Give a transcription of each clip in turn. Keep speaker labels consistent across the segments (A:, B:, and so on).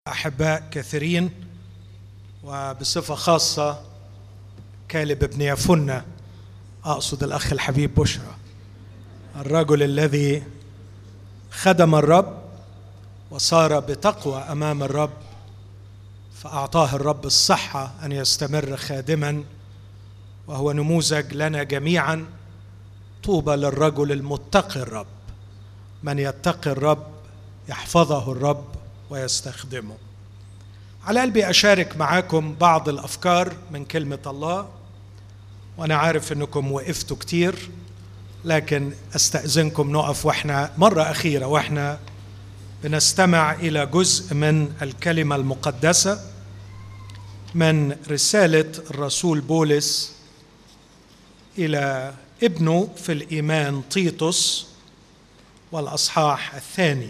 A: أحباء كثيرين، وبصفة خاصة كالب بن يفنة، أقصد الأخ الحبيب بشرى، الرجل الذي خدم الرب وصار بتقوى أمام الرب، فأعطاه الرب الصحة أن يستمر خادما، وهو نموذج لنا جميعا. طوبى للرجل المتقي الرب، من يتقي الرب يحفظه الرب ويستخدمه. على قلبي أشارك معاكم بعض الأفكار من كلمة الله، وأنا عارف أنكم وقفتوا كتير، لكن أستأذنكم نقف وإحنا مرة أخيرة وإحنا بنستمع إلى جزء من الكلمة المقدسة من رسالة الرسول بولس إلى ابنه في الإيمان تيتوس، والأصحاح الثاني.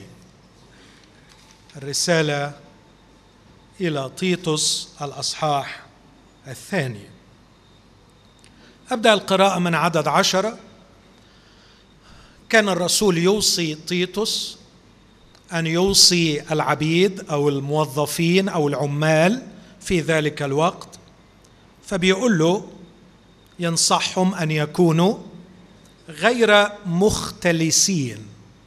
A: الرسالة إلى تيتوس الأصحاح الثاني. أبدأ القراءة من عدد 10. كان الرسول يوصي تيتوس أن يوصي العبيد أو الموظفين أو العمال في ذلك الوقت، فبيقول له ينصحهم أن يكونوا غير مختلسين،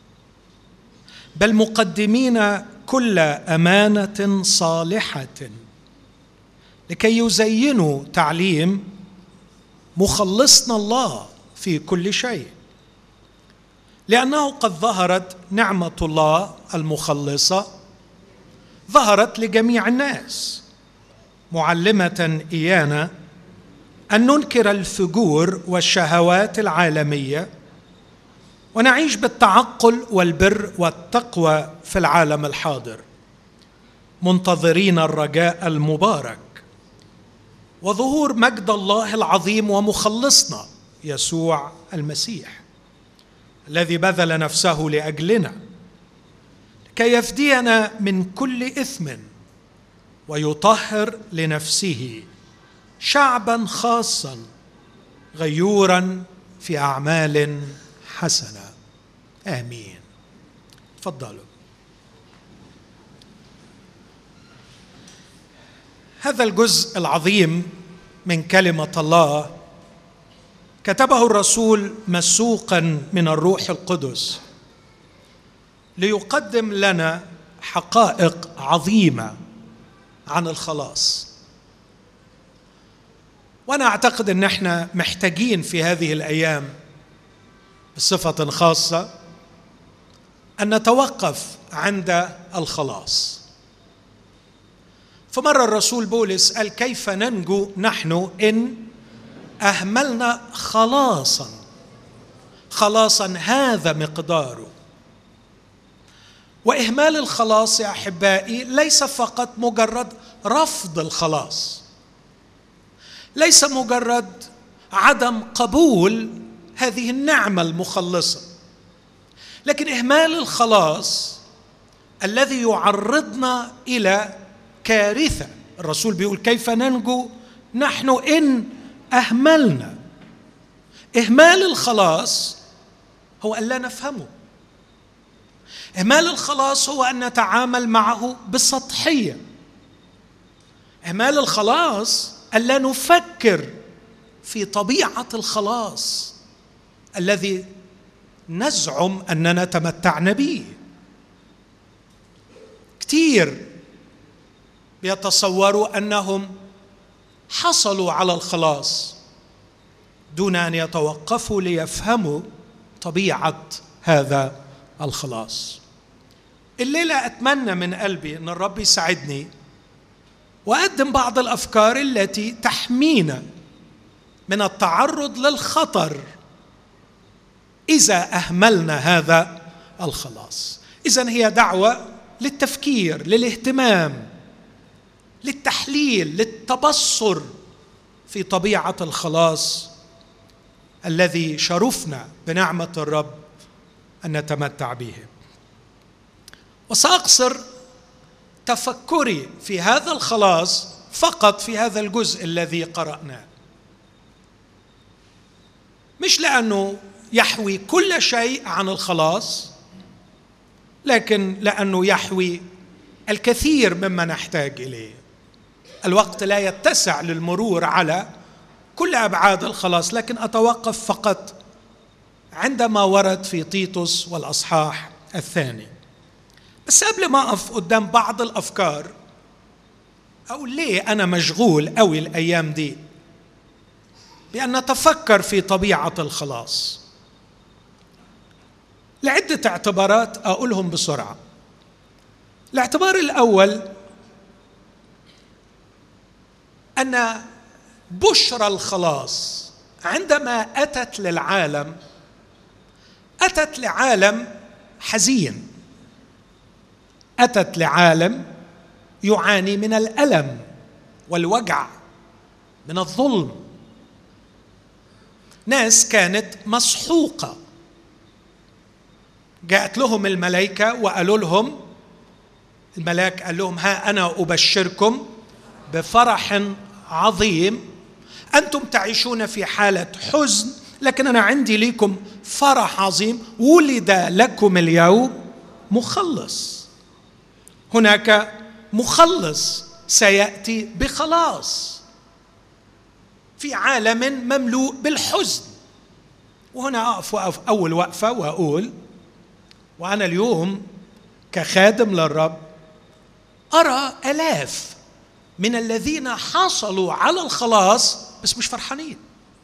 A: بل مقدمين كل أمانة صالحة، لكي يزينوا تعليم مخلصنا الله في كل شيء، لأنه قد ظهرت نعمة الله المخلصة، ظهرت لجميع الناس، معلمة إيانا أن ننكر الفجور والشهوات العالمية، ونعيش بالتعقل والبر والتقوى في العالم الحاضر، منتظرين الرجاء المبارك وظهور مجد الله العظيم ومخلصنا يسوع المسيح، الذي بذل نفسه لأجلنا كي يفدينا من كل إثم ويطهر لنفسه شعبا خاصا غيورا في أعمال حسنة. آمين. تفضلوا. هذا الجزء العظيم من كلمة الله كتبه الرسول مسوقا من الروح القدس ليقدم لنا حقائق عظيمة عن الخلاص. وأنا أعتقد أن احنا محتاجين في هذه الأيام بصفة خاصة أن نتوقف عند الخلاص. فمر الرسول بولس قال: كيف ننجو نحن إن أهملنا خلاصا هذا مقداره. وإهمال الخلاص يا أحبائي ليس فقط مجرد رفض الخلاص، ليس مجرد عدم قبول هذه النعمة المخلصة، لكن إهمال الخلاص الذي يعرضنا إلى كارثة. الرسول بيقول: كيف ننجو نحن إن أهملنا. إهمال الخلاص هو أن لا نفهمه. إهمال الخلاص هو أن نتعامل معه بسطحية. إهمال الخلاص أن لا نفكر في طبيعة الخلاص الذي نزعم أننا تمتعنا به. كتير بيتصوروا أنهم حصلوا على الخلاص دون أن يتوقفوا ليفهموا طبيعة هذا الخلاص. الليلة أتمنى من قلبي أن الرب يساعدني وأقدم بعض الأفكار التي تحمينا من التعرض للخطر إذا أهملنا هذا الخلاص. إذن هي دعوة للتفكير، للاهتمام، للتحليل، للتبصر في طبيعة الخلاص الذي شرفنا بنعمة الرب أن نتمتع به. وسأقصر تفكري في هذا الخلاص فقط في هذا الجزء الذي قرأناه، مش لأنه يحوي كل شيء عن الخلاص، لكن لأنه يحوي الكثير مما نحتاج إليه. الوقت لا يتسع للمرور على كل أبعاد الخلاص، لكن أتوقف فقط عندما ورد في تيتوس والأصحاح الثاني. بس قبل ما أقف قدام بعض الأفكار أقول ليه أنا مشغول قوي الأيام دي بأن نتفكر في طبيعة الخلاص، لعدة اعتبارات أقولهم بسرعة. الاعتبار الأول أن بشرى الخلاص عندما أتت للعالم أتت لعالم حزين، أتت لعالم يعاني من الألم والوجع، من الظلم. ناس كانت مسحوقة، جاءت لهم الملائكة وقالوا لهم، الملاك قال لهم: ها أنا أبشركم بفرح عظيم، أنتم تعيشون في حالة حزن، لكن أنا عندي لكم فرح عظيم، ولد لكم اليوم مخلص. هناك مخلص سيأتي بخلاص في عالم مملوء بالحزن. وهنا أقف أول وقفة وأقول، وأنا اليوم كخادم للرب أرى آلاف من الذين حصلوا على الخلاص بس مش فرحانين.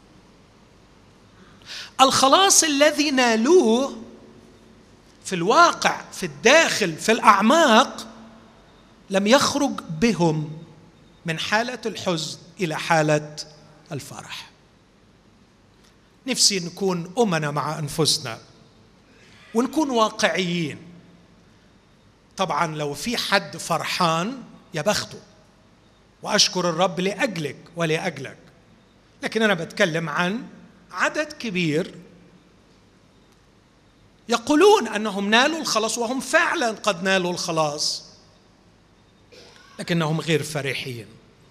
A: الخلاص الذي نالوه في الواقع، في الداخل، في الأعماق، لم يخرج بهم من حالة الحزن إلى حالة الفرح. نفسي نكون أمنا مع أنفسنا ونكون واقعيين. طبعا لو في حد فرحان يا بخته، وأشكر الرب لأجلك ولأجلك، لكن أنا بتكلم عن عدد كبير يقولون أنهم نالوا الخلاص، وهم فعلا قد نالوا الخلاص، لكنهم غير فرحين.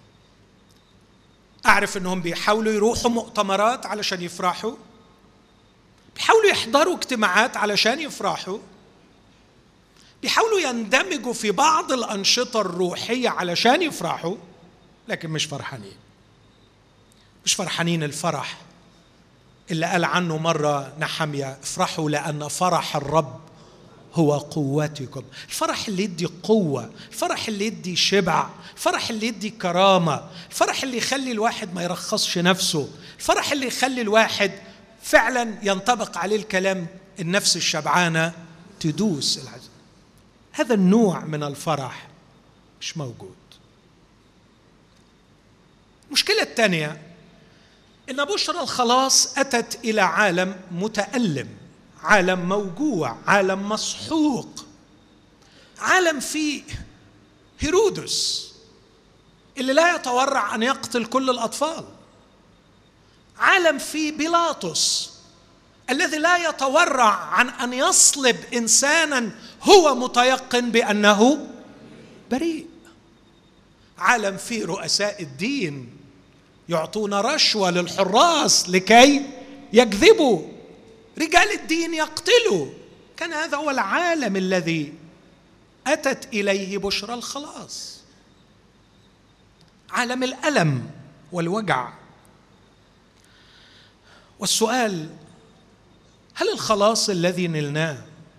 A: أعرف أنهم بيحاولوا يروحوا مؤتمرات علشان يفرحوا، بيحاولوا يحضروا اجتماعات علشان يفرحوا، بيحاولوا يندمجوا في بعض الأنشطة الروحية علشان يفرحوا، لكن مش فرحانين. مش فرحانين الفرح اللي قال عنه مرة نحمية: افرحوا لأن فرح الرب هو قوتكم. الفرح اللي يدي قوة، الفرح اللي يدي شبع، الفرح اللي يدي كرامة، الفرح اللي يخلي الواحد ما يرخصش نفسه، الفرح اللي يخلي الواحد فعلا ينطبق عليه الكلام: النفس الشبعانة تدوس العزم. هذا النوع من الفرح مش موجود. المشكلة الثانية إن بشرى الخلاص أتت إلى عالم متألم، عالم موجوع، عالم مسحوق، عالم فيه هيرودس اللي لا يتورع أن يقتل كل الأطفال، عالم فيه بيلاطس الذي لا يتورع عن أن يصلب إنسانا هو متيقن بأنه بريء، عالم فيه رؤساء الدين يعطون رشوة للحراس لكي يكذبوا، رجال الدين يقتلوا. كان هذا هو العالم الذي أتت إليه بشرى الخلاص، عالم الألم والوجع. والسؤال: هل الخلاص الذي نلناه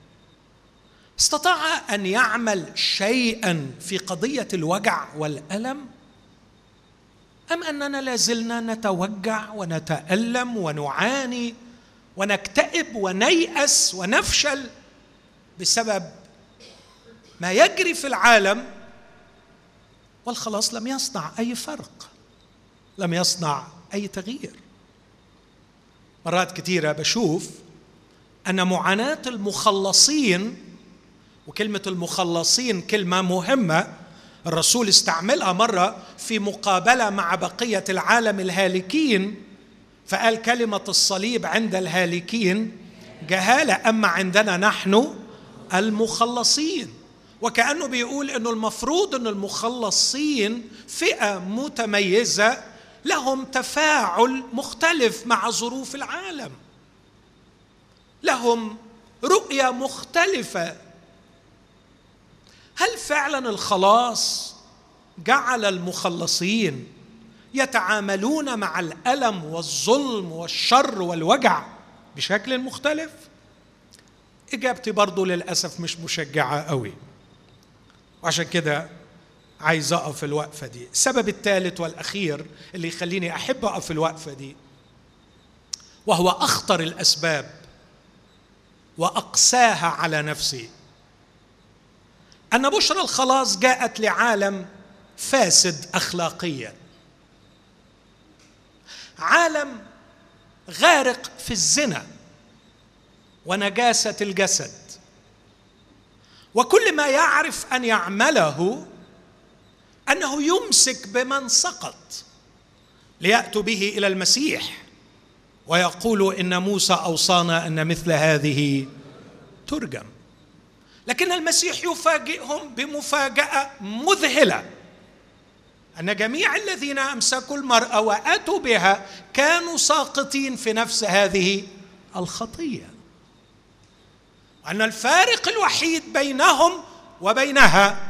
A: استطاع أن يعمل شيئا في قضية الوجع والألم؟ أم أننا لازلنا نتوجع ونتألم ونعاني ونكتئب ونيأس ونفشل بسبب ما يجري في العالم، والخلاص لم يصنع أي فرق، لم يصنع أي تغيير؟ مرات كثيرة بشوف أن معاناة المخلصين، وكلمة المخلصين كلمة مهمة، الرسول استعملها مرة في مقابلة مع بقية العالم الهالكين، فقال: كلمة الصليب عند الهالكين جهالة، أما عندنا نحن المخلصين. وكأنه بيقول أنه المفروض أن المخلصين فئة متميزة لهم تفاعل مختلف مع ظروف العالم، لهم رؤية مختلفة. هل فعلا الخلاص جعل المخلصين يتعاملون مع الألم والظلم والشر والوجع بشكل مختلف؟ إجابتي برضو للأسف مش مشجعة قوي، وعشان كده عايز أقف الوقفة دي. السبب الثالث والأخير اللي يخليني أحب أقف الوقفة دي، وهو أخطر الأسباب وأقساها على نفسي، أن بشرى الخلاص جاءت لعالم فاسد أخلاقيا، عالم غارق في الزنا ونجاسة الجسد، وكل ما يعرف أن يعمله أنه يمسك بمن سقط ليأتوا به إلى المسيح ويقولوا إن موسى أوصانا أن مثل هذه ترجم. لكن المسيح يفاجئهم بمفاجأة مذهلة، أن جميع الذين أمسكوا المرأة وأتوا بها كانوا ساقطين في نفس هذه الخطية، وأن الفارق الوحيد بينهم وبينها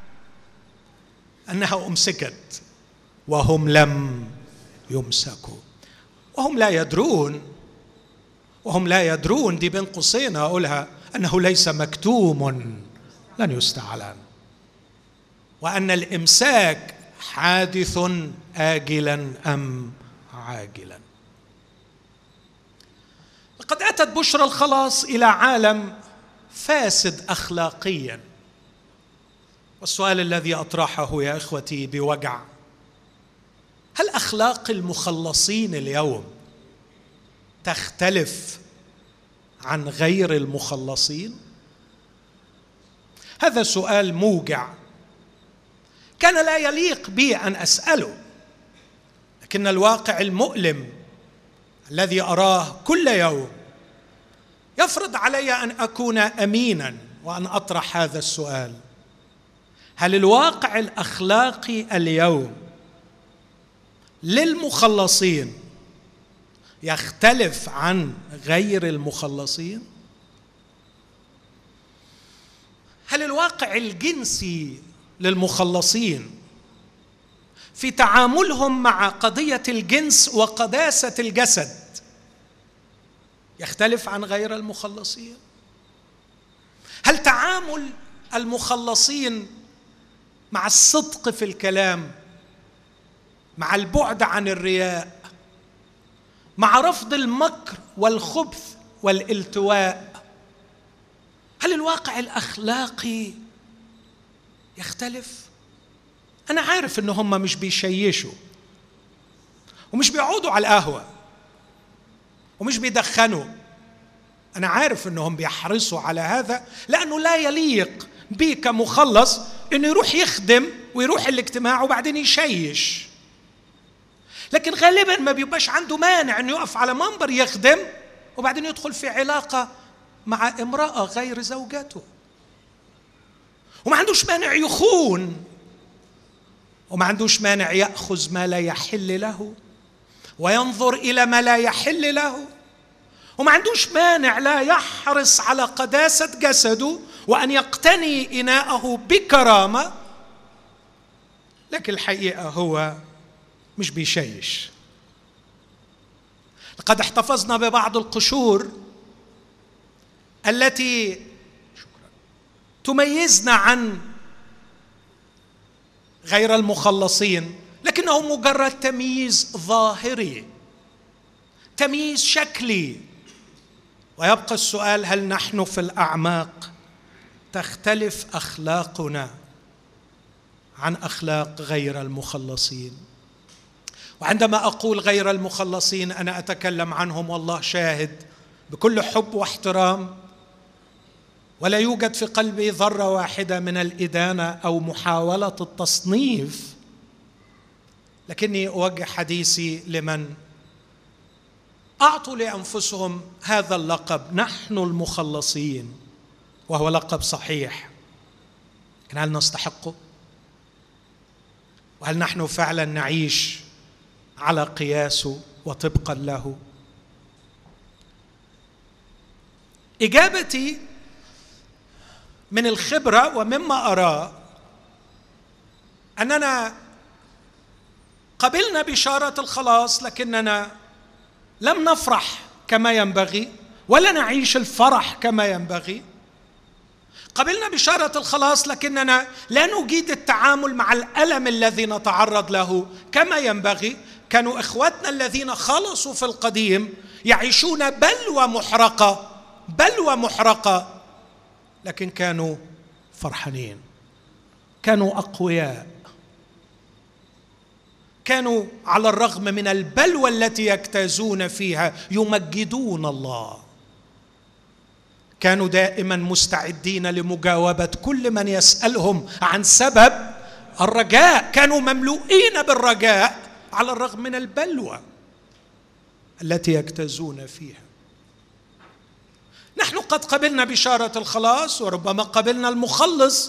A: أنها أمسكت وهم لم يمسكوا، وهم لا يدرون دي بين قوسين أقولها، أنه ليس مكتوم لن يستعلن، وأن الإمساك حادث آجلا أم عاجلا. لقد أتت بشرى الخلاص إلى عالم فاسد أخلاقيا، والسؤال الذي أطرحه يا إخوتي بوجع، هل أخلاق المخلصين اليوم تختلف عن غير المخلصين؟ هذا سؤال موجع كان لا يليق بي أن أسأله، لكن الواقع المؤلم الذي أراه كل يوم يفرض علي أن أكون أمينا وأن أطرح هذا السؤال: هل الواقع الأخلاقي اليوم للمخلصين يختلف عن غير المخلصين؟ هل الواقع الجنسي للمخلصين في تعاملهم مع قضية الجنس وقداسة الجسد يختلف عن غير المخلصين؟ هل تعامل المخلصين مع الصدق في الكلام، مع البعد عن الرياء، مع رفض المكر والخبث والالتواء، هل الواقع الأخلاقي يختلف؟ أنا عارف إن هم مش بيشيشوا ومش بيقعدوا على القهوة ومش بيدخنوا، أنا عارف إنهم بيحرصوا على هذا، لأنه لا يليق بي كمخلص إنه يروح يخدم ويروح الاجتماع وبعدين يشيش. لكن غالبا ما بيبقاش عنده مانع إنه يقف على منبر يخدم وبعدين يدخل في علاقة مع امرأة غير زوجته، وما عندوش مانع يخون، وما عندوش مانع يأخذ ما لا يحل له وينظر إلى ما لا يحل له، وما عندوش مانع لا يحرص على قداسة جسده وأن يقتني إناءه بكرامة، لكن الحقيقة هو مش بيشيش. لقد احتفظنا ببعض القشور التي تميزنا عن غير المخلصين، لكنه مجرد تمييز ظاهري، تمييز شكلي، ويبقى السؤال: هل نحن في الأعماق تختلف أخلاقنا عن أخلاق غير المخلصين؟ وعندما أقول غير المخلصين أنا أتكلم عنهم والله شاهد بكل حب واحترام، ولا يوجد في قلبي ذرة واحدة من الإدانة أو محاولة التصنيف، لكني أوجه حديثي لمن أعطوا لأنفسهم هذا اللقب: نحن المخلصين، وهو لقب صحيح، لكن هل نستحقه؟ وهل نحن فعلا نعيش على قياسه وطبقا له؟ إجابتي من الخبرة ومما أراه أننا قبلنا بشارة الخلاص، لكننا لم نفرح كما ينبغي ولا نعيش الفرح كما ينبغي. قبلنا بشارة الخلاص لكننا لا نجيد التعامل مع الألم الذي نتعرض له كما ينبغي. كانوا إخواتنا الذين خلصوا في القديم يعيشون بلوى محرقة، لكن كانوا فرحانين، كانوا أقوياء، كانوا على الرغم من البلوى التي يجتازون فيها يمجدون الله. كانوا دائما مستعدين لمجاوبة كل من يسألهم عن سبب الرجاء، كانوا مملوئين بالرجاء على الرغم من البلوى التي يجتازون فيها. نحن قد قبلنا بشارة الخلاص وربما قبلنا المخلص،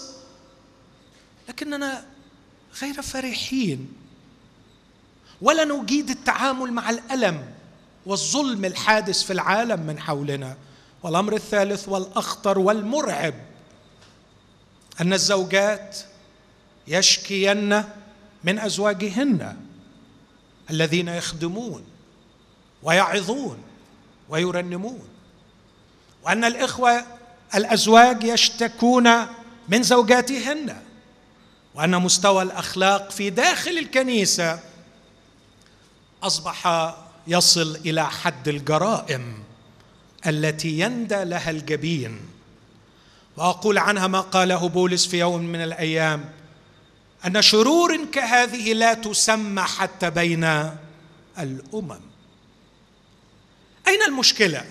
A: لكننا غير فرحين ولا نجيد التعامل مع الألم والظلم الحادث في العالم من حولنا. والأمر الثالث والأخطر والمرعب أن الزوجات يشكين من أزواجهن الذين يخدمون ويعظون ويرنمون، وأن الإخوة الأزواج يشتكون من زوجاتهن، وأن مستوى الأخلاق في داخل الكنيسة أصبح يصل إلى حد الجرائم التي يندى لها الجبين. وأقول عنها ما قاله بولس في يوم من الأيام، أن شرور كهذه لا تسمى حتى بين الأمم. أين المشكلة؟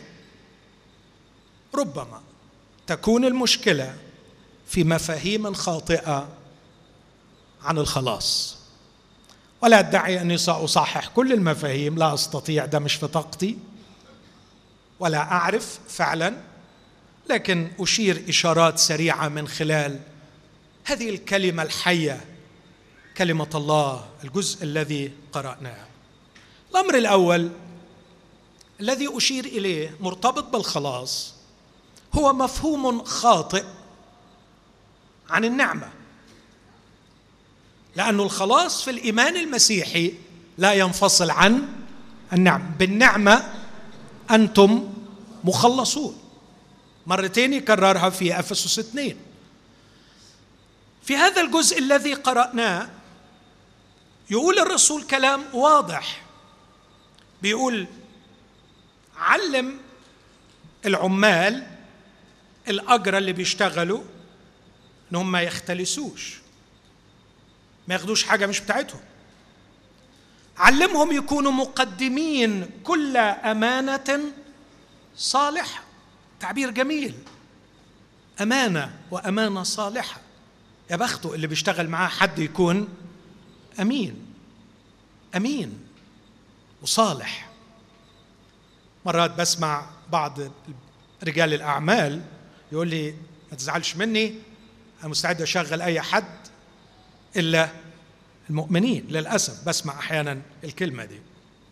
A: ربما تكون المشكلة في مفاهيم خاطئة عن الخلاص، ولا أدعي أني سأصحح كل المفاهيم، لا أستطيع، ده مش في طاقتي ولا أعرف فعلا، لكن أشير إشارات سريعة من خلال هذه الكلمة الحية، كلمة الله، الجزء الذي قرأناه. الأمر الأول الذي أشير إليه مرتبط بالخلاص هو مفهوم خاطئ عن النعمة، لأن الخلاص في الإيمان المسيحي لا ينفصل عن النعمة. بالنعمة أنتم مخلصون، مرتين يكررها في أفسس 2. في هذا الجزء الذي قرأناه يقول الرسول كلام واضح، بيقول علم العمال الأجرة اللي بيشتغلوا إنهم ما يختلسوش، ما ياخدوش حاجة مش بتاعتهم. علمهم يكونوا مقدمين كل أمانة صالحة، تعبير جميل، أمانة وأمانة صالحة. يا بخته اللي بيشتغل معاه حد يكون أمين وصالح. مرات بسمع بعض رجال الأعمال يقول لي ما تزعلش مني، أنا مستعد أشغل أي حد إلا المؤمنين. للأسف بسمع أحيانا الكلمة دي.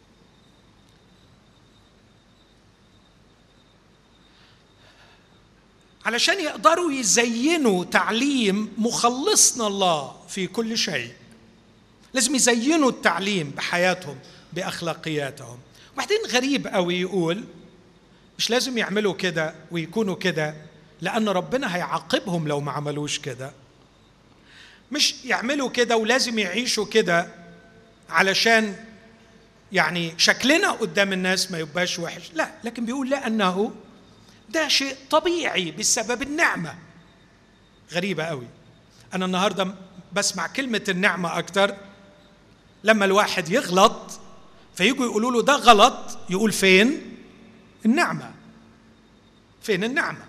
A: علشان يقدروا يزينوا تعليم مخلصنا الله في كل شيء، لازم يزينوا التعليم بحياتهم بأخلاقياتهم. وبعدين غريب قوي يقول مش لازم يعملوا كده ويكونوا كده، لأن ربنا هيعاقبهم لو ما عملوش كده. مش يعملوا كده ولازم يعيشوا كده علشان يعني شكلنا قدام الناس ما يبقاش وحش، لا، لكن بيقول لأنه ده شيء طبيعي بسبب النعمة. غريبة قوي، أنا النهاردة بسمع كلمة النعمة أكتر لما الواحد يغلط فييجوا يقولوا له ده غلط، يقول فين النعمة؟ فين النعمة؟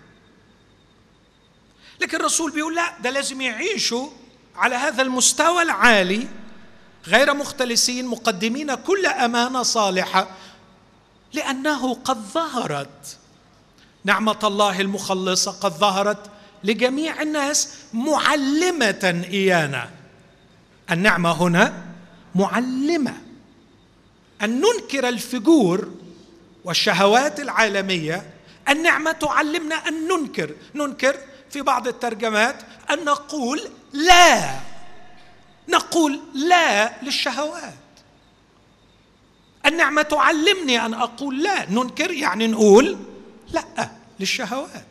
A: لكن الرسول بيقول لا، ده لازم يعيشوا على هذا المستوى العالي غير مختلسين، مقدمين كل أمانة صالحة، لأنه قد ظهرت نعمة الله المخلصة، قد ظهرت لجميع الناس معلمة إيانا. النعمة هنا معلمة أن ننكر الفجور والشهوات العالمية. النعمة تعلمنا أن ننكر في بعض الترجمات أن نقول لا، نقول لا للشهوات. النعمة تعلمني أن أقول لا. ننكر يعني نقول لا للشهوات.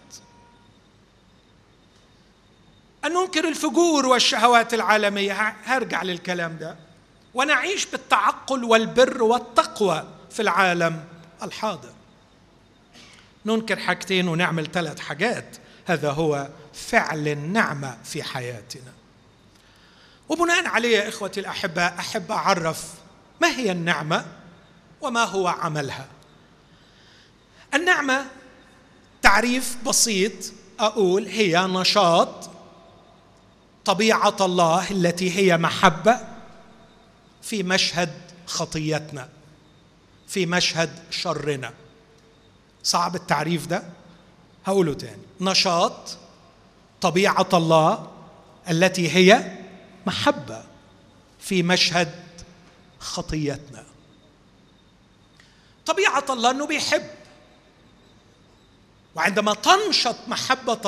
A: أن ننكر الفجور والشهوات العالمية، هرجع للكلام ده، ونعيش بالتعقل والبر والتقوى في العالم الحاضر. ننكر حاجتين ونعمل 3 حاجات. هذا هو فعل النعمة في حياتنا. وبناء عليه يا إخوتي الأحباء أحب أعرف ما هي النعمة وما هو عملها. النعمة تعريف بسيط أقول هي نشاط طبيعة الله التي هي محبة في مشهد خطيتنا، في مشهد شرنا. صعب التعريف ده، هقوله تاني. نشاط طبيعة الله التي هي محبة في مشهد خطيتنا. طبيعة الله أنه بيحب، وعندما تنشط محبة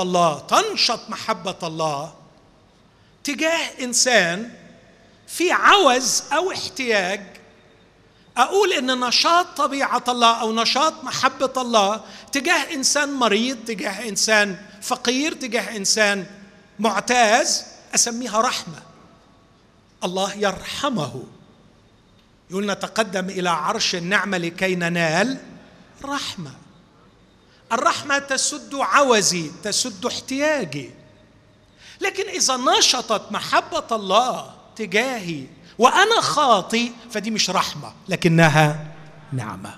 A: الله تجاه إنسان في عوز أو احتياج، أقول إن نشاط طبيعة الله أو نشاط محبة الله تجاه إنسان مريض، تجاه إنسان فقير، تجاه إنسان معتاز، أسميها رحمة. الله يرحمه. يقول نتقدم إلى عرش النعمة لكي ننال رحمة. الرحمة تسد عوزي، تسد احتياجي. لكن إذا نشطت محبة الله تجاهي وأنا خاطي فدي مش رحمة لكنها نعمة.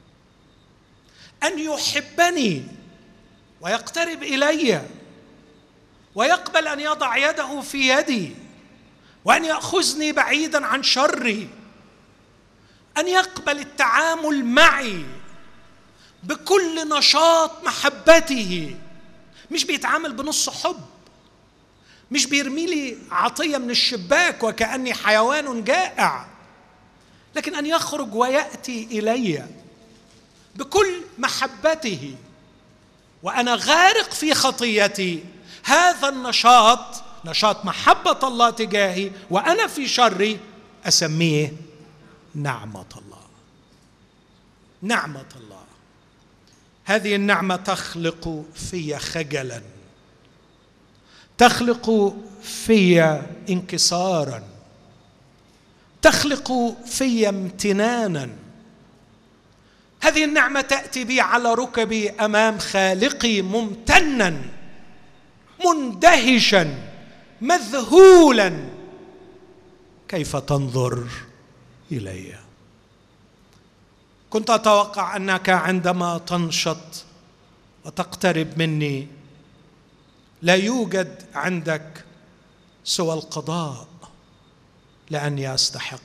A: أن يحبني ويقترب إلي ويقبل أن يضع يده في يدي وأن يأخذني بعيدا عن شري، أن يقبل التعامل معي بكل نشاط محبته. مش بيتعامل بنص حب، مش بيرمي لي عطية من الشباك وكأني حيوان جائع، لكن أن يخرج ويأتي إلي بكل محبته وأنا غارق في خطيتي. هذا النشاط نشاط محبة الله تجاهي وأنا في شري أسميه نعمة الله. نعمة الله. هذه النعمة تخلق في خجلاً، تخلق في انكساراً، تخلق في امتناناً. هذه النعمة تأتي بي على ركبي أمام خالقي ممتناً مندهشاً مذهولاً كيف تنظر إلي. كنت أتوقع أنك عندما تنشط وتقترب مني لا يوجد عندك سوى القضاء لأني أستحق.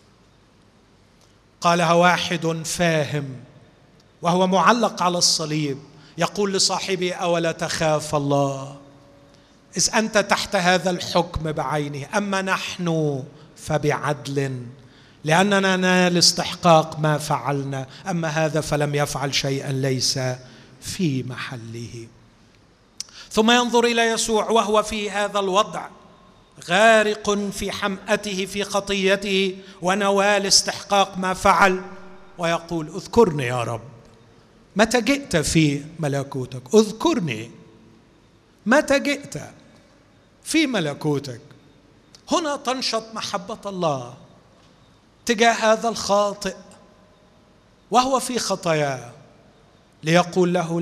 A: قالها واحد فاهم وهو معلق على الصليب، يقول لصاحبه أولا تخاف الله إذ أنت تحت هذا الحكم بعينه، أما نحن فبعدل لأننا ننال استحقاق ما فعلنا، أما هذا فلم يفعل شيئا ليس في محله. ثم ينظر إلى يسوع وهو في هذا الوضع غارق في حمأته في خطيته ونوال استحقاق ما فعل، ويقول اذكرني يا رب متى جئت في ملكوتك، اذكرني متى جئت في ملكوتك. هنا تنشط محبة الله تجاه هذا الخاطئ وهو في خطاياه ليقول له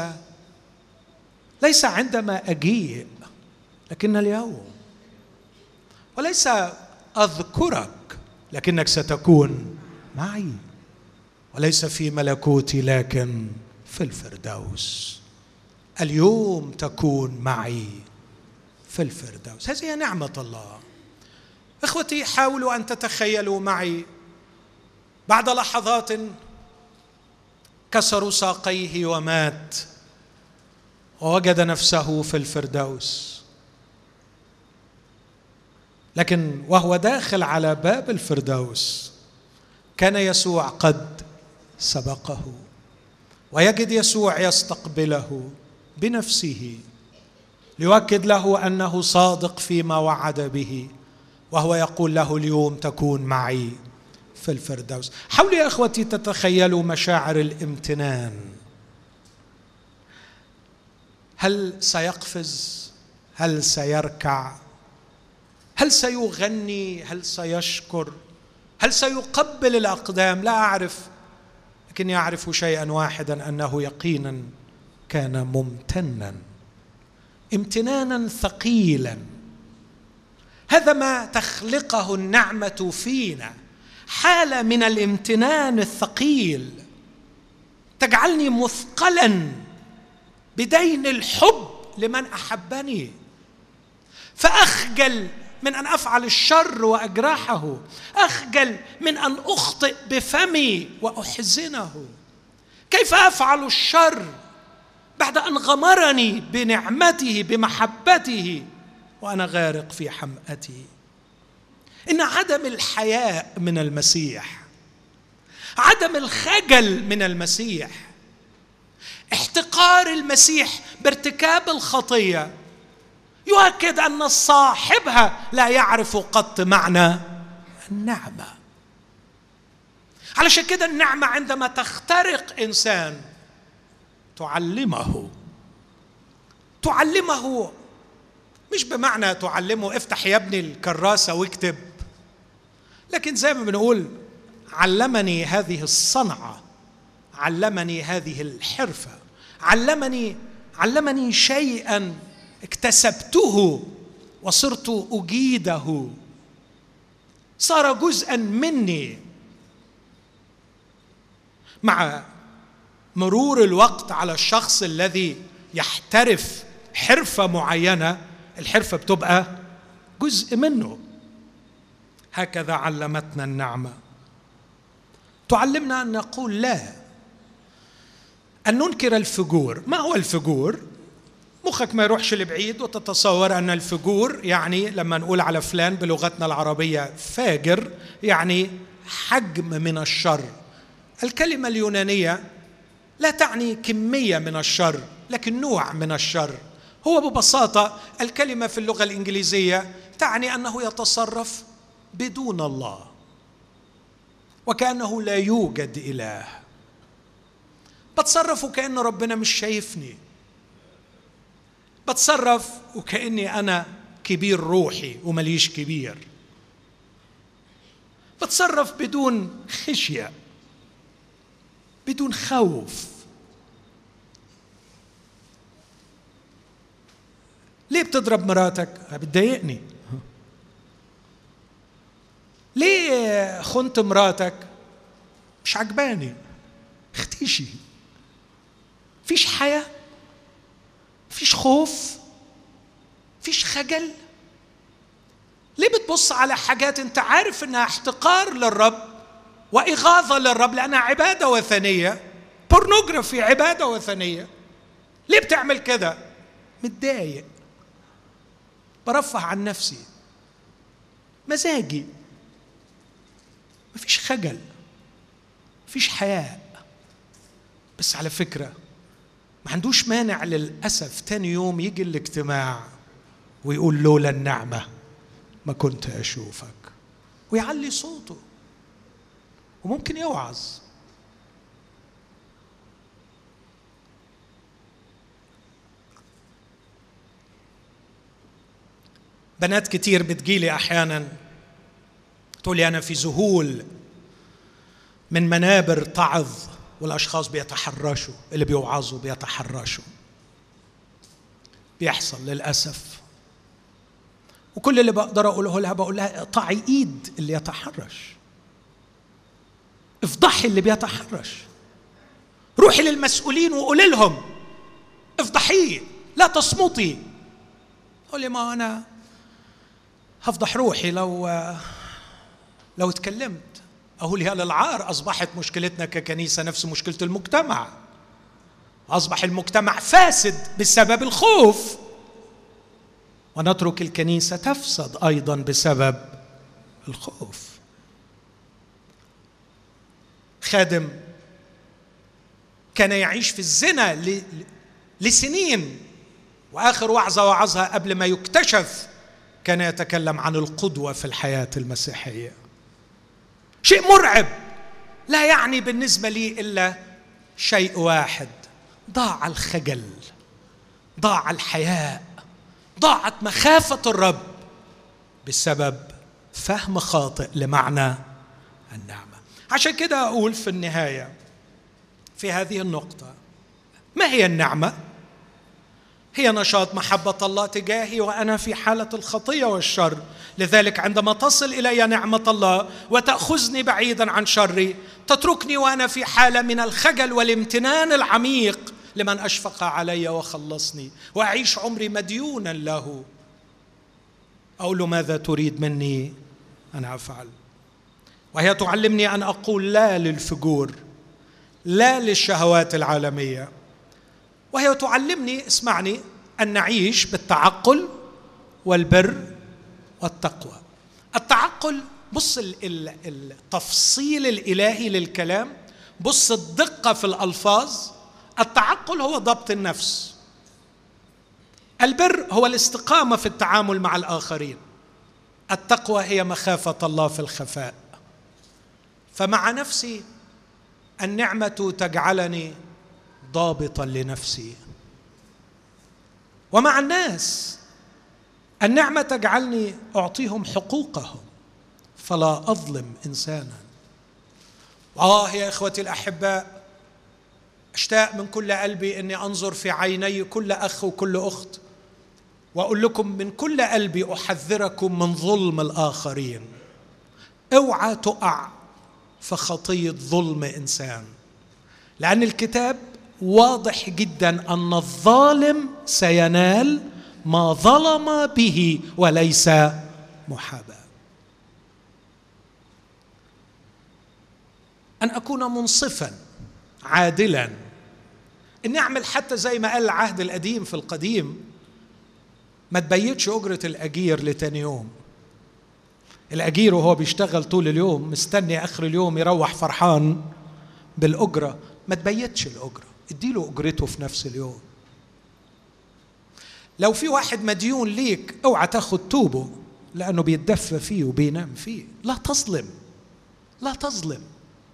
A: ليس عندما أجيء لكن اليوم، وليس أذكرك لكنك ستكون معي، وليس في ملكوتي لكن في الفردوس. اليوم تكون معي في الفردوس. هذه هي نعمة الله. إخوتي حاولوا أن تتخيلوا معي بعد لحظات كسروا ساقيه ومات ووجد نفسه في الفردوس، لكن وهو داخل على باب الفردوس كان يسوع قد سبقه، ويجد يسوع يستقبله بنفسه ليؤكد له أنه صادق فيما وعد به، وهو يقول له اليوم تكون معي في الفردوس. حاولوا يا أخوتي تتخيلوا مشاعر الامتنان. هل سيقفز؟ هل سيركع؟ هل سيغني؟ هل سيشكر؟ هل سيقبل الأقدام؟ لا أعرف، لكني أعرف شيئا واحدا، أنه يقينا كان ممتنا، امتنانا ثقيلا. هذا ما تخلقه النعمة فينا، حالة من الامتنان الثقيل تجعلني مثقلا بدين الحب لمن أحبني، فأخجل من أن أفعل الشر وأجرحه، أخجل من أن أخطئ بفمي وأحزنه. كيف أفعل الشر بعد أن غمرني بنعمته بمحبته وأنا غارق في حمأته؟ إن عدم الحياء من المسيح، عدم الخجل من المسيح، احتقار المسيح بارتكاب الخطية يؤكد أن صاحبها لا يعرف قط معنى النعمة. علشان كده النعمة عندما تخترق إنسان تعلمه مش بمعنى تعلمه افتح يا ابني الكراسة واكتب، لكن زي ما بنقول علمني هذه الصنعة، علمني هذه الحرفة، علمني شيئا اكتسبته وصرت أجيده، صار جزءا مني. مع مرور الوقت على الشخص الذي يحترف حرفة معينة، الحرفة بتبقى جزء منه. هكذا علمتنا النعمة، تعلمنا أن نقول لا، أن ننكر الفجور. ما هو الفجور؟ مخك ما يروحش لبعيد وتتصور أن الفجور يعني لما نقول على فلان بلغتنا العربية فاجر يعني حجم من الشر. الكلمة اليونانية لا تعني كمية من الشر لكن نوع من الشر. هو ببساطة الكلمة في اللغة الإنجليزية تعني أنه يتصرف بدون الله وكأنه لا يوجد إله. بتصرف وكأن ربنا مش شايفني، بتصرف وكأني أنا كبير روحي ومليش كبير، بتصرف بدون خشية، بدون خوف. ليه بتضرب مراتك؟ بتضايقني. ليه خنت مراتك؟ مش عجباني. اختشي. فيش حياة، فيش خوف، فيش خجل. ليه بتبص على حاجات انت عارف انها احتقار للرب وإغاظة للرب لأنها عبادة وثنية؟ بورنوغرافي عبادة وثنية. ليه بتعمل كده؟ متضايق، برفه عن نفسي، مزاجي. مفيش خجل، مفيش حياء. بس على فكرة ما عندوش مانع للأسف تاني يوم يجي الاجتماع ويقول لولا النعمة ما كنت أشوفك، ويعلي صوته وممكن يوعظ. بنات كتير بتجيلي أحيانا تقولي أنا في ذهول من منابر تعظ والأشخاص بيتحرشوا، اللي بيوعظوا بيتحرشوا. بيحصل للأسف. وكل اللي بقدر أقوله لها بقول لها اقطعي إيد اللي يتحرش، افضحي اللي بيتحرش، روحي للمسؤولين وقولي لهم افضحيه، لا تصمتي. قولي ما أنا هفضح روحي لو اتكلمت. أقول يا للعار، أصبحت مشكلتنا ككنيسة نفس مشكلة المجتمع. أصبح المجتمع فاسد بسبب الخوف، ونترك الكنيسة تفسد أيضا بسبب الخوف. خادم كان يعيش في الزنا لسنين وآخر وعظة وعظها قبل ما يكتشف كان يتكلم عن القدوة في الحياة المسيحية. شيء مرعب لا يعني بالنسبة لي إلا شيء واحد: ضاع الخجل، ضاع الحياء، ضاعت مخافة الرب بسبب فهم خاطئ لمعنى النعمة. عشان كده أقول في النهاية في هذه النقطة: ما هي النعمة؟ هي نشاط محبة الله تجاهي وأنا في حالة الخطية والشر. لذلك عندما تصل إلي نعمة الله وتأخذني بعيدا عن شري، تتركني وأنا في حالة من الخجل والامتنان العميق لمن أشفق علي وخلصني، وأعيش عمري مديونا له. أقول له: ماذا تريد مني أن أفعل؟ وهي تعلمني أن أقول لا للفجور، لا للشهوات العالمية. وهي تعلمني، اسمعني، أن نعيش بالتعقل والبر والتقوى. التعقل، بص التفصيل الإلهي للكلام، بص الدقة في الألفاظ. التعقل هو ضبط النفس، البر هو الاستقامة في التعامل مع الآخرين، التقوى هي مخافة الله في الخفاء. فمع نفسي النعمة تجعلني ضابطا لنفسي، ومع الناس النعمة تجعلني أعطيهم حقوقهم فلا أظلم إنسانا. يا إخوتي الأحباء، أشتاق من كل قلبي أني أنظر في عيني كل أخ وكل أخت وأقول لكم من كل قلبي: أحذركم من ظلم الآخرين. اوعى تقع في خطية ظلم إنسان، لأن الكتاب واضح جدا أن الظالم سينال ما ظلم به وليس محاباة. أن أكون منصفا عادلا، أن أعمل حتى زي ما قال العهد القديم في القديم: ما تبيتش أجرة الأجير لتاني يوم. الأجير وهو بيشتغل طول اليوم مستني آخر اليوم يروح فرحان بالأجرة. ما تبيتش الأجرة، اديله أجرته في نفس اليوم. لو في واحد مديون ليك اوعى تاخد توبه لأنه بيتدفى فيه وبينام فيه. لا تظلم، لا تظلم.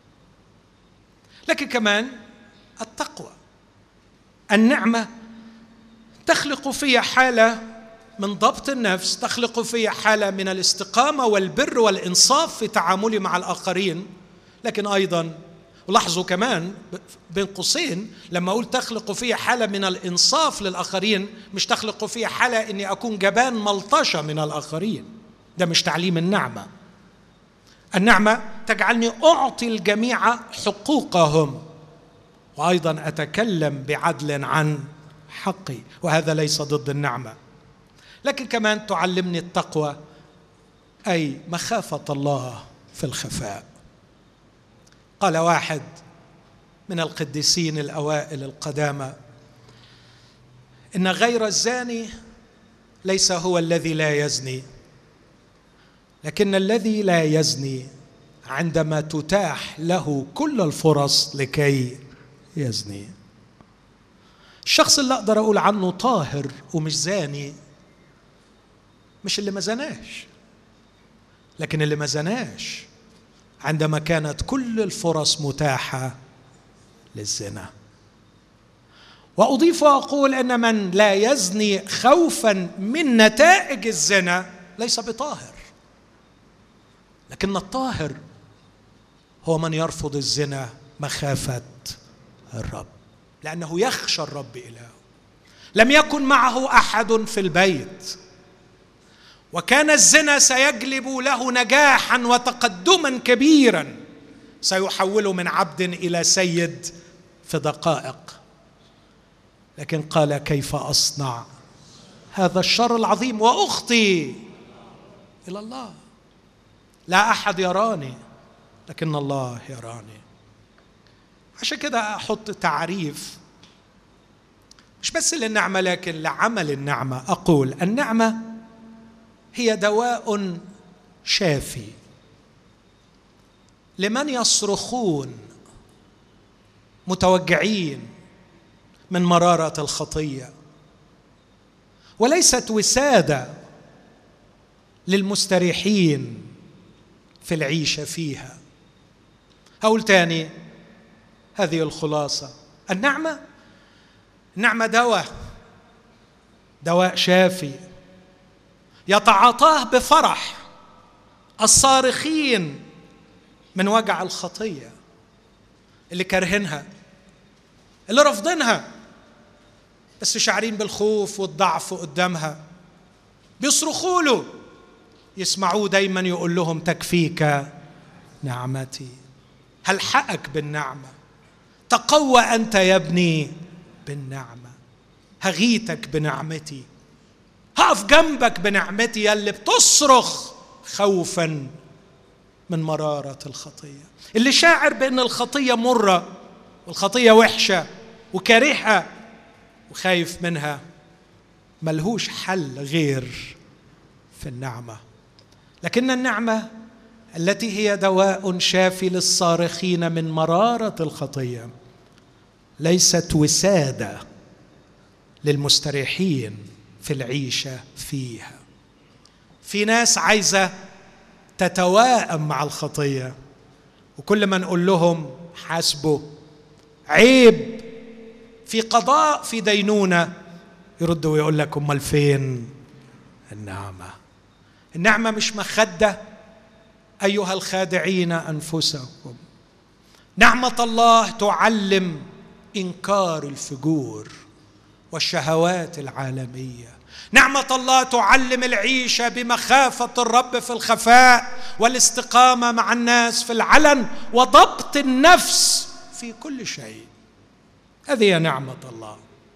A: لكن كمان التقوى، النعمة تخلق في حالة من ضبط النفس، تخلق في حالة من الاستقامة والبر والإنصاف في تعاملي مع الآخرين. لكن أيضا ولاحظوا كمان بين قوسين لما أقول تخلق في حالة من الإنصاف للآخرين، مش تخلق في حالة أني أكون جبان ملطشة من الآخرين. ده مش تعليم النعمة. النعمة تجعلني أعطي الجميع حقوقهم، وأيضا أتكلم بعدل عن حقي، وهذا ليس ضد النعمة. لكن كمان تعلمني التقوى، أي مخافة الله في الخفاء. قال واحد من القديسين الأوائل القدامى: إن غير الزاني ليس هو الذي لا يزني، لكن الذي لا يزني عندما تتاح له كل الفرص لكي يزني. الشخص اللي أقدر أقول عنه طاهر ومش زاني مش اللي ما زناش، لكن اللي ما زناش عندما كانت كل الفرص متاحة للزنا. وأضيف وأقول أن من لا يزني خوفا من نتائج الزنا ليس بطاهر، لكن الطاهر هو من يرفض الزنا مخافة الرب، لأنه يخشى الرب إلهه. لم يكن معه أحد في البيت، وكان الزنا سيجلب له نجاحا وتقدما كبيرا سيحوله من عبد إلى سيد في دقائق. لكن قال: كيف أصنع هذا الشر العظيم وأخطي إلى الله؟ لا أحد يراني لكن الله يراني. عشان كده أحط تعريف مش بس للنعمة لكن لعمل النعمة. أقول النعمة هي دواء شافي لمن يصرخون متوجعين من مرارة الخطية، وليست وسادة للمستريحين في العيشة فيها. هقول تاني هذه الخلاصة: النعمة دواء شافي يتعاطاه بفرح الصارخين من وجع الخطية، اللي كارهينها، اللي رافضينها بس شاعرين بالخوف والضعف قدامها، بيصرخوا له، يسمعوه دايما يقول لهم: تكفيك نعمتي. هلحقك بالنعمة، تقوى أنت يا ابني بالنعمة، هغيتك بنعمتي، هقف جنبك بنعمتي يا اللي بتصرخ خوفا من مرارة الخطية، اللي شاعر بأن الخطية مرة والخطية وحشة وكارهة وخايف منها. ملهوش حل غير في النعمة. لكن النعمة التي هي دواء شافي للصارخين من مرارة الخطية ليست وسادة للمستريحين في العيشة فيها. في ناس عايزة تتواءم مع الخطية، وكل ما نقول لهم حاسبوا، عيب، في قضاء، في دينونة، يرد ويقول لك: امال فين النعمة؟ النعمة مش مخدة أيها الخادعين أنفسكم. نعمة الله تعلم إنكار الفجور والشهوات العالمية. نعمة الله تعلم العيشة بمخافة الرب في الخفاء، والاستقامة مع الناس في العلن، وضبط النفس في كل شيء. هذه هي نعمة الله.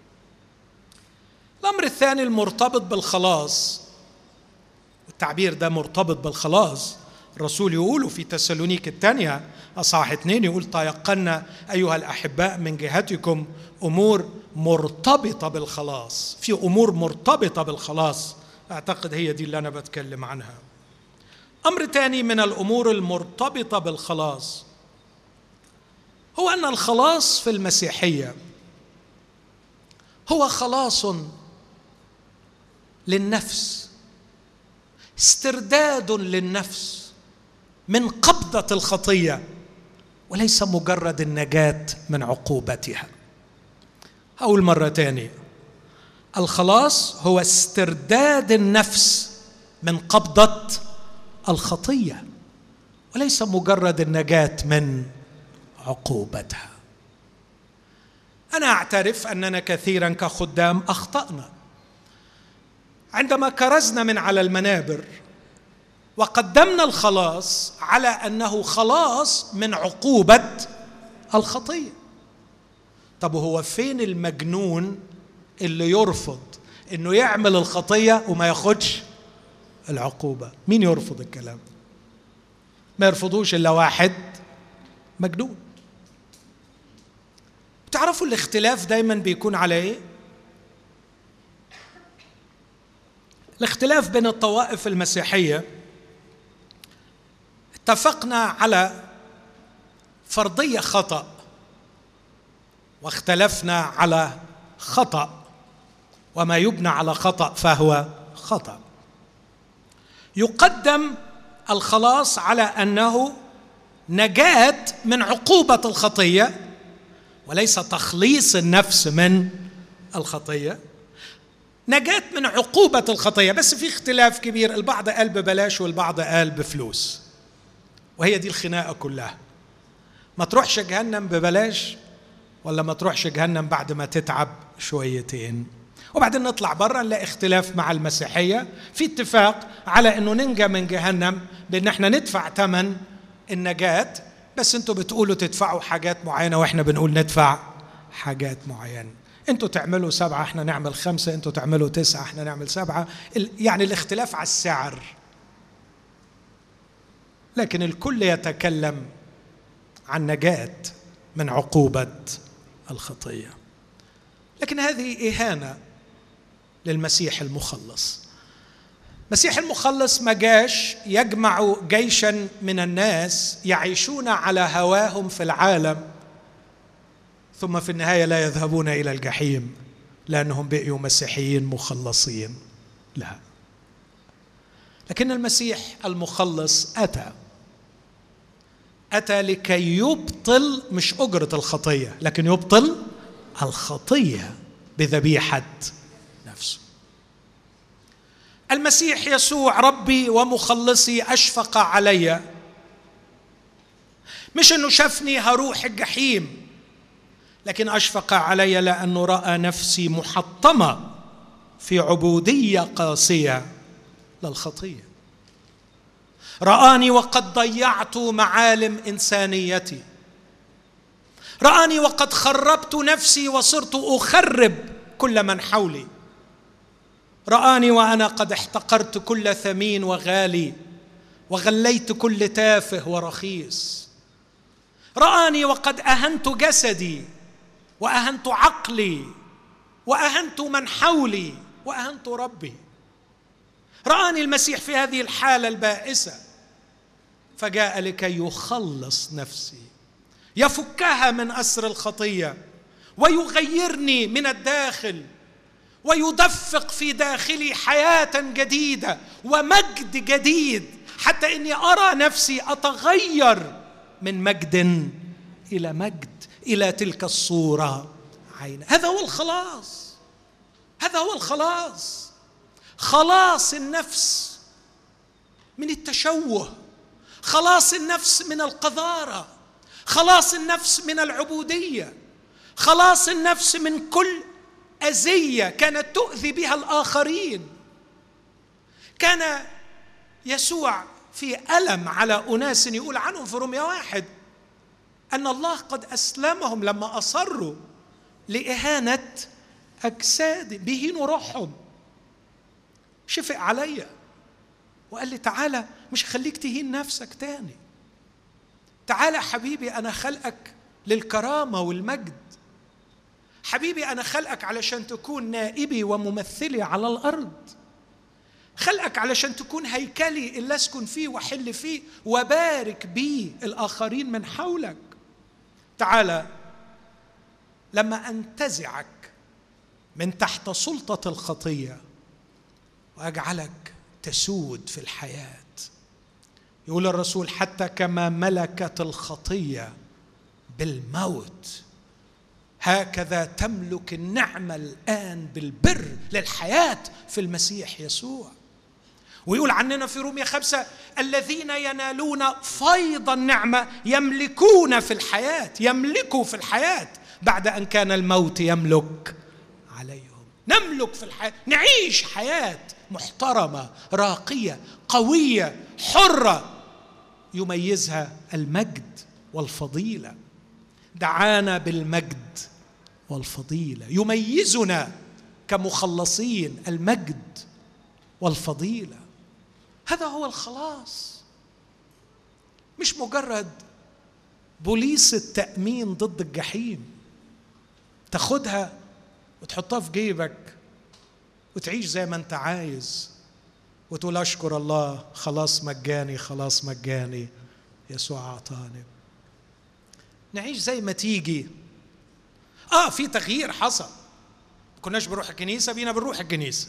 A: الأمر الثاني المرتبط بالخلاص، والتعبير ده مرتبط بالخلاص الرسول يقول في تسالونيك الثانية أصحاح 2، يقول: تيقنا أيها الأحباء من جهتكم أمور مرتبطة بالخلاص. في أمور مرتبطة بالخلاص، أعتقد هي دي اللي أنا بتكلم عنها. أمر تاني من الأمور المرتبطة بالخلاص هو أن الخلاص في المسيحية هو خلاص للنفس، استرداد للنفس من قبضة الخطية، وليس مجرد النجاة من عقوبتها. هقول مرة تاني: الخلاص هو استرداد النفس من قبضة الخطية، وليس مجرد النجاة من عقوبتها. أنا أعترف أننا كثيرا كخدام أخطأنا عندما كرزنا من على المنابر وقدمنا الخلاص على أنه خلاص من عقوبة الخطية. طب هو فين المجنون اللي يرفض أنه يعمل الخطية وما ياخدش العقوبة؟ مين يرفض الكلام؟ ما يرفضوش إلا واحد مجنون. تعرفوا الاختلاف دايما بيكون على إيه؟ الاختلاف بين الطوائف المسيحية، اتفقنا على فرضية خطأ واختلفنا على خطأ، وما يبنى على خطأ فهو خطأ. يقدم الخلاص على أنه نجاة من عقوبة الخطية وليس تخليص النفس من الخطية، نجاة من عقوبة الخطية. بس في اختلاف كبير، البعض قال ببلاش والبعض قال بفلوس، وهي دي الخناقة كلها. ما تروحش جهنم ببلاش ولا ما تروحش جهنم بعد ما تتعب شويتين. وبعدين نطلع بره نلاقي اختلاف مع المسيحية في اتفاق على انه ننجى من جهنم بان احنا ندفع ثمن النجاة، بس انتوا بتقولوا تدفعوا حاجات معينة واحنا بنقول ندفع حاجات معينة. انتوا تعملوا 7، احنا نعمل 5، انتوا تعملوا 9، احنا نعمل 7. يعني الاختلاف على السعر، لكن الكل يتكلم عن نجاة من عقوبة الخطية. لكن هذه إهانة للمسيح المخلص. المسيح المخلص ما جاش يجمع جيشا من الناس يعيشون على هواهم في العالم ثم في النهاية لا يذهبون إلى الجحيم، لأنهم بقيوا مسيحيين مخلصين، لا. لكن المسيح المخلص أتى لكي يبطل مش أجرة الخطية، لكن يبطل الخطية بذبيحة نفسه. المسيح يسوع ربي ومخلصي أشفق علي، مش أنه شافني هروح الجحيم، لكن أشفق علي لأنه رأى نفسي محطمة في عبودية قاسية للخطية. رآني وقد ضيعت معالم إنسانيتي، رآني وقد خربت نفسي وصرت أخرب كل من حولي، رآني وأنا قد احتقرت كل ثمين وغالي وغليت كل تافه ورخيص، رآني وقد أهنت جسدي وأهنت عقلي وأهنت من حولي وأهنت ربي. رآني المسيح في هذه الحالة البائسة، فجاء لكي يخلص نفسي، يفكها من أسر الخطية ويغيرني من الداخل ويدفق في داخلي حياة جديدة ومجد جديد، حتى إني أرى نفسي أتغير من مجد إلى مجد، إلى تلك الصورة عين. هذا هو الخلاص، هذا هو الخلاص، خلاص النفس من التشوه، خلاص النفس من القذارة، خلاص النفس من العبودية، خلاص النفس من كل أذية كانت تؤذي بها الآخرين. كان يسوع في ألم على أناس يقول عنهم في رومية 1 أن الله قد أسلمهم لما أصروا لإهانة أجساد، بيهينوا روحهم. شفق عليا وقال لي تعالى، مش هخليك تهين نفسك تاني، تعالى حبيبي أنا خلقك للكرامة والمجد، حبيبي أنا خلقك علشان تكون نائبي وممثلي على الأرض، خلقك علشان تكون هيكلي اللي أسكن فيه وحل فيه وبارك بيه الآخرين من حولك. تعالى لما أنتزعك من تحت سلطة الخطية وأجعلك تسود في الحياة. يقول الرسول حتى كما ملكت الخطية بالموت هكذا تملك النعمة الآن بالبر للحياة في المسيح يسوع. ويقول عننا في رومية 5 الذين ينالون فيض النعمة يملكون في الحياة، يملكوا في الحياة بعد أن كان الموت يملك عليهم. نملك في الحياة، نعيش حياة محترمة راقية قوية حرة يميزها المجد والفضيلة. دعانا بالمجد والفضيلة، يميزنا كمخلصين المجد والفضيلة. هذا هو الخلاص، مش مجرد بوليس التأمين ضد الجحيم تاخدها وتحطها في جيبك وتعيش زي ما انت عايز وتقول أشكر الله خلاص مجاني، خلاص مجاني يسوع أعطاني. نعيش زي ما تيجي. في تغيير حصل، كناش بنروح الكنيسة بينا بنروح الكنيسة،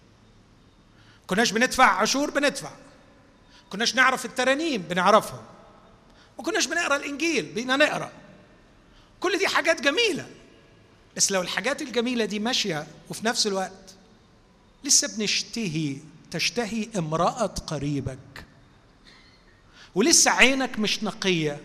A: كناش بندفع عشور بندفع، كناش نعرف الترانيم بنعرفها، وكناش بنقرأ الإنجيل بينا نقرأ. كل دي حاجات جميلة، بس لو الحاجات الجميلة دي ماشية وفي نفس الوقت لسه تشتهي امرأة قريبك، ولسه عينك مش نقية،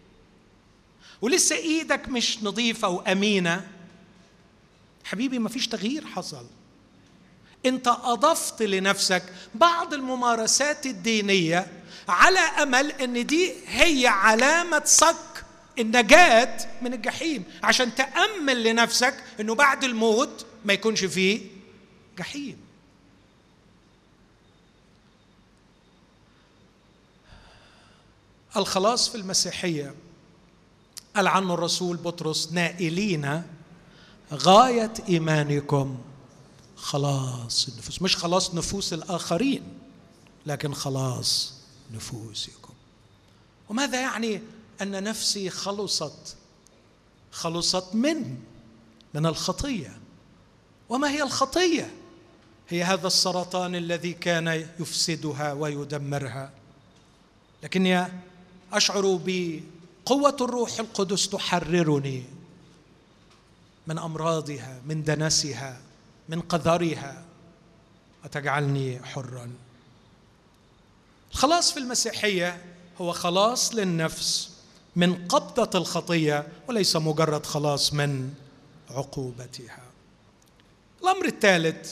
A: ولسه ايدك مش نظيفة وأمينة، حبيبي مفيش تغيير حصل. انت أضفت لنفسك بعض الممارسات الدينية على أمل ان دي هي علامة صك النجاة من الجحيم، عشان تأمل لنفسك انه بعد الموت ما يكونش فيه جحيم. الخلاص في المسيحية قال عنه الرسول بطرس نائلين غاية إيمانكم خلاص النفوس، مش خلاص نفوس الآخرين لكن خلاص نفوسكم. وماذا يعني أن نفسي خلصت من الخطية؟ وما هي الخطية؟ هي هذا السرطان الذي كان يفسدها ويدمرها، لكني أشعر بقوة الروح القدس تحررني من أمراضها، من دنسها، من قذرها، وتجعلني حرا. الخلاص في المسيحية هو خلاص للنفس من قبضة الخطية، وليس مجرد خلاص من عقوبتها. الأمر الثالث،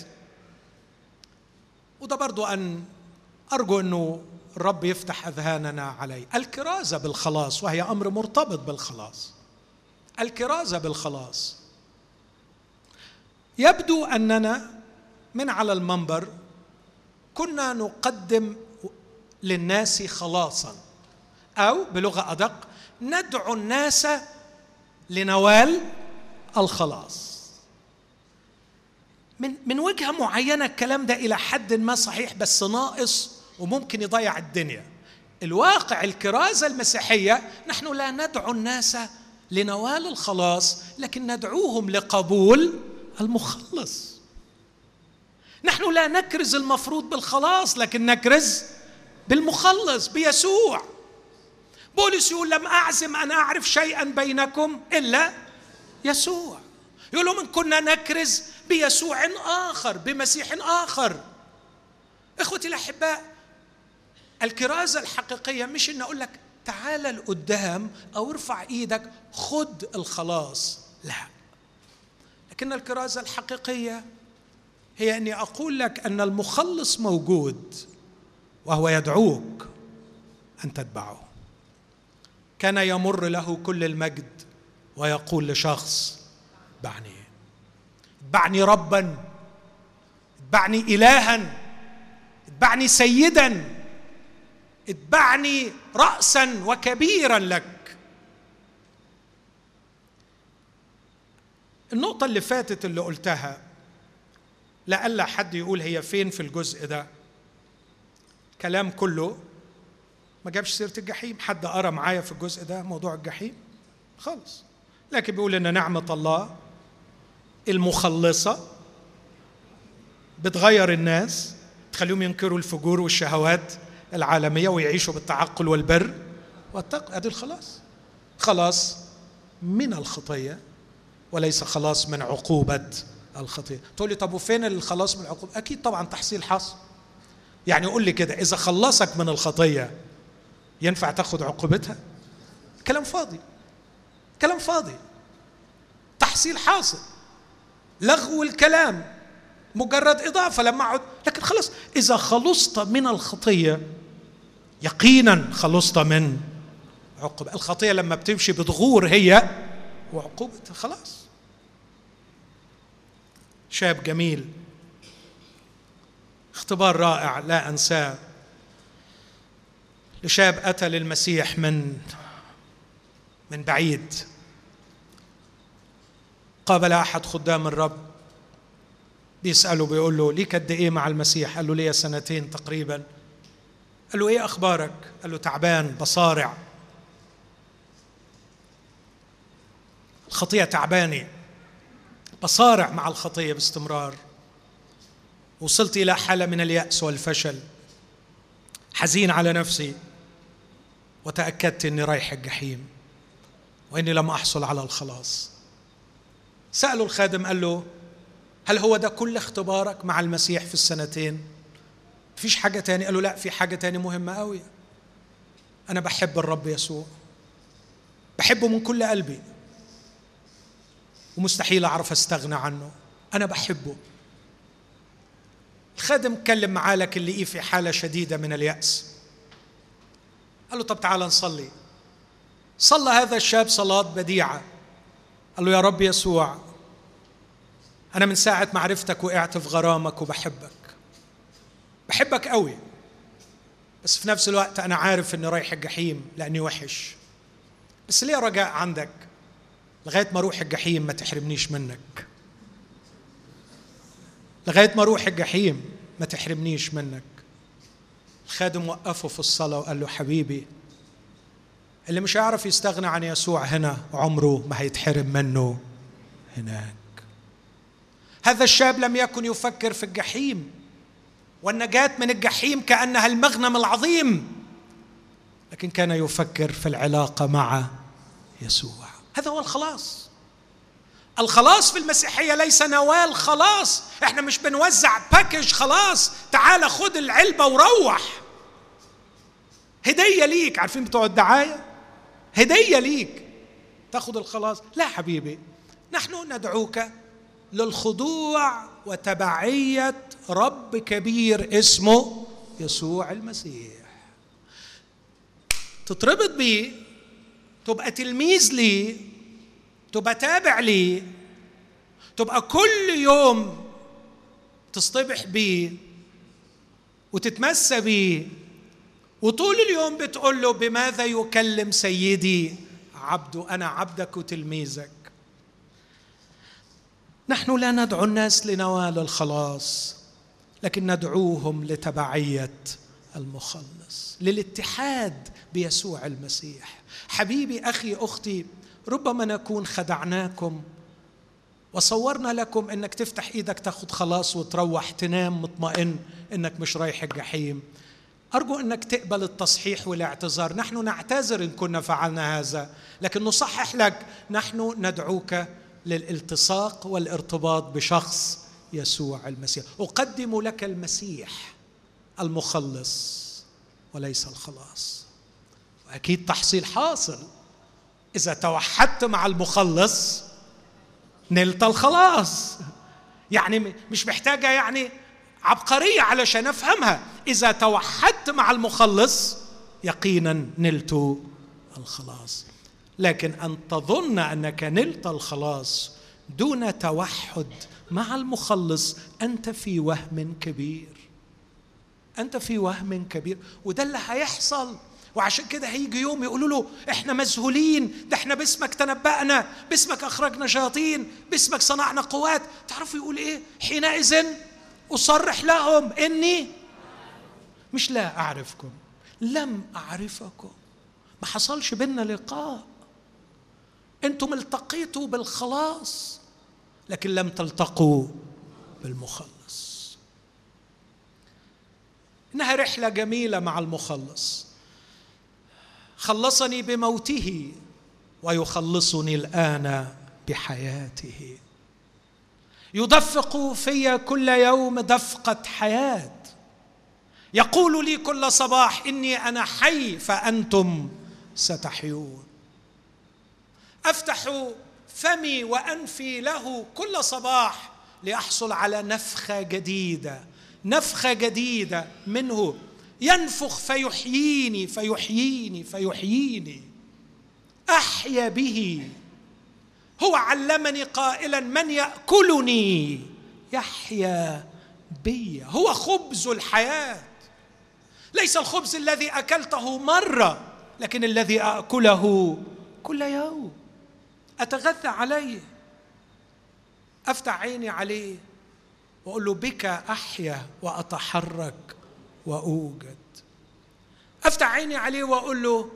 A: وده برضو أن أرجو أنه الرب يفتح أذهاننا عليه، الكرازة بالخلاص، وهي أمر مرتبط بالخلاص. الكرازة بالخلاص. يبدو أننا من على المنبر كنا نقدم للناس خلاصا، أو بلغة أدق ندعو الناس لنوال الخلاص. من وجهة معينة الكلام ده إلى حد ما صحيح، بس ناقص وممكن يضيع الدنيا. الواقع الكرازة المسيحية نحن لا ندعو الناس لنوال الخلاص، لكن ندعوهم لقبول المخلص. نحن لا نكرز المفروض بالخلاص، لكن نكرز بالمخلص، بيسوع. بولس يقول لم أعزم أن أعرف شيئا بينكم إلا يسوع. يقول لهم إن كنا نكرز بيسوع آخر، بمسيح آخر. إخوتي الأحباء، الكرازة الحقيقية مش إن أقول لك تعال لقدام أو ارفع إيدك خد الخلاص، لا، لكن الكرازة الحقيقية هي أني أقول لك أن المخلص موجود وهو يدعوك أن تتبعه. كان يمر له كل المجد ويقول لشخص اتبعني، اتبعني ربا، اتبعني إلها، اتبعني سيدا، اتبعني رأسا وكبيرا لك. النقطة اللي فاتت اللي قلتها لألا حد يقول هي فين في الجزء ده، كلام كله ما جابش سيرة الجحيم. حد قرأ معايا في الجزء ده موضوع الجحيم خالص، لكن بيقول إن نعمة الله المخلصة بتغير الناس، تخليهم ينكروا الفجور والشهوات العالمية ويعيشوا بالتعقل والبر والتقوى. هذا الخلاص، خلاص من الخطية وليس خلاص من عقوبة الخطية. تقول لي طب وفين الخلاص من العقوبة؟ أكيد طبعا تحصيل حاصل. يعني قول لي كده، إذا خلصك من الخطية ينفع تاخد عقوبتها؟ كلام فاضي، كلام فاضي. تحصيل حاصل، لغو الكلام، مجرد إضافة لما أقعد. لكن خلاص إذا خلصت من الخطية يقينا خلصت من عقوبة. الخطية لما بتمشي بتغور هي وعقوبة، خلاص. شاب جميل، اختبار رائع لا أنساه، لشاب أتى للمسيح من بعيد. قابل أحد خدام الرب بيسأله، بيقول له ليك قد إيه مع المسيح؟ قال له لي 2 تقريبا. قال له إيه أخبارك؟ قال له تعبان، بصارع، الخطية تعباني، بصارع مع الخطية باستمرار، وصلت إلى حالة من اليأس والفشل، حزين على نفسي، وتأكدت أني رايح الجحيم وإني لم أحصل على الخلاص. سأله الخادم، قال له هل هو ده كل اختبارك مع المسيح في ال2؟ مفيش حاجة تاني؟ قال له لا، في حاجة تاني مهمة قوي. أنا بحب الرب يسوع، بحبه من كل قلبي، ومستحيل أعرف أستغنى عنه، أنا بحبه. الخادم اتكلم معاه لكن لقيه في حالة شديدة من اليأس. قال له طب تعال نصلي. صلى هذا الشاب صلاة بديعة، قال له يا رب يسوع، أنا من ساعة معرفتك وقعت في غرامك وبحبك، بحبك قوي، بس في نفس الوقت أنا عارف أني رايح الجحيم لأني وحش، بس ليه رجاء عندك لغاية ما أروح الجحيم ما تحرمنيش منك، لغاية ما أروح الجحيم ما تحرمنيش منك. الخادم وقفه في الصلاة وقال له حبيبي، اللي مش هيعرف يستغنى عن يسوع هنا عمره ما هيتحرم منه هناك. هذا الشاب لم يكن يفكر في الجحيم والنجاة من الجحيم كأنها المغنم العظيم، لكن كان يفكر في العلاقة مع يسوع. هذا هو الخلاص. الخلاص في المسيحية ليس نوال خلاص، احنا مش بنوزع باكج خلاص تعال خد العلبة وروح، هدية ليك. عارفين بتوع الدعاية؟ هدية ليك تاخد الخلاص. لا حبيبي، نحن ندعوك للخضوع وتبعية رب كبير اسمه يسوع المسيح. تتربط بيه، تبقى تلميذ ليه، تبقى تابع ليه، تبقى كل يوم تصطبح بيه وتتمسى بيه، وطول اليوم بتقول له بماذا يكلم سيدي عبده، أنا عبدك وتلميذك. نحن لا ندعو الناس لنوال الخلاص، لكن ندعوهم لتبعية المخلص، للاتحاد بيسوع المسيح. حبيبي أخي أختي، ربما نكون خدعناكم وصورنا لكم أنك تفتح إيدك تاخد خلاص وتروح تنام مطمئن أنك مش رايح الجحيم. أرجو أنك تقبل التصحيح والاعتذار. نحن نعتذر إن كنا فعلنا هذا، لكن نصحح لك، نحن ندعوك للالتصاق والارتباط بشخص يسوع المسيح. أقدم لك المسيح المخلص وليس الخلاص. وأكيد تحصيل حاصل، إذا توحدت مع المخلص نلت الخلاص. يعني مش محتاجة يعني عبقرية علشان أفهمها. إذا توحدت مع المخلص يقينا نلت الخلاص. لكن أن تظن أنك نلت الخلاص دون توحد مع المخلص، أنت في وهم كبير، أنت في وهم كبير. وده اللي هيحصل. وعشان كده هيجي يوم يقولوا له إحنا مذهولين، ده إحنا باسمك تنبأنا، باسمك أخرجنا شياطين، باسمك صنعنا قوات. تعرفوا يقول إيه؟ حينئذ أصرح لهم إني مش لا أعرفكم، لم أعرفكم. ما حصلش بيننا لقاء. أنتم التقيتوا بالخلاص لكن لم تلتقوا بالمخلص. إنها رحلة جميلة مع المخلص. خلصني بموته ويخلصني الآن بحياته. يدفق في كل يوم دفقة حياة. يقول لي كل صباح إني أنا حي فأنتم ستحيون. أفتح فمي وأنفي له كل صباح لأحصل على نفخة جديدة، نفخة جديدة منه. ينفخ فيحييني فيحييني فيحييني، أحيا به. هو علمني قائلا من يأكلني يحيا بي. هو خبز الحياة، ليس الخبز الذي أكلته مرة، لكن الذي أكله كل يوم، أتغذى عليه، أفتح عيني عليه وأقول له بك أحيا وأتحرك وأوجد. أفتح عيني عليه وأقول له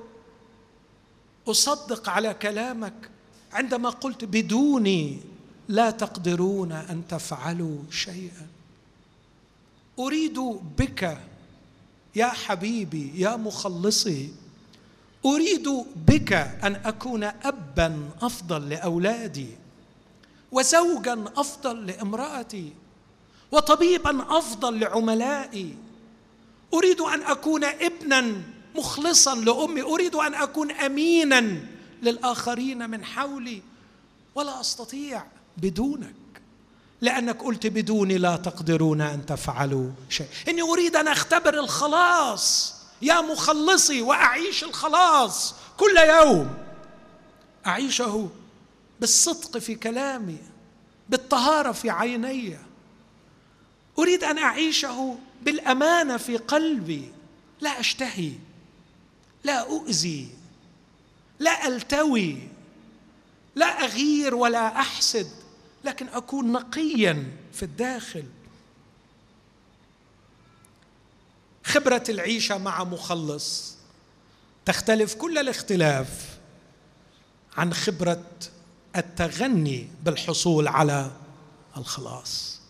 A: أصدق على كلامك عندما قلت بدوني لا تقدرون أن تفعلوا شيئا. أريد بك يا حبيبي يا مخلصي، أريد بك أن أكون أبا أفضل لأولادي، وزوجا أفضل لامرأتي، وطبيبا أفضل لعملائي. أريد أن أكون ابنا مخلصا لأمي، أريد أن أكون أمينا للآخرين من حولي، ولا أستطيع بدونك، لأنك قلت بدوني لا تقدرون أن تفعلوا شيء. إني أريد أن أختبر الخلاص يا مخلصي، وأعيش الخلاص كل يوم، أعيشه بالصدق في كلامي، بالطهارة في عيني. أريد أن أعيشه بالأمانة في قلبي، لا أشتهي، لا أؤذي، لا ألتوي، لا أغير ولا أحسد، لكن أكون نقيا في الداخل. خبرة العيشة مع مخلص تختلف كل الاختلاف عن خبرة التغني بالحصول على الخلاص.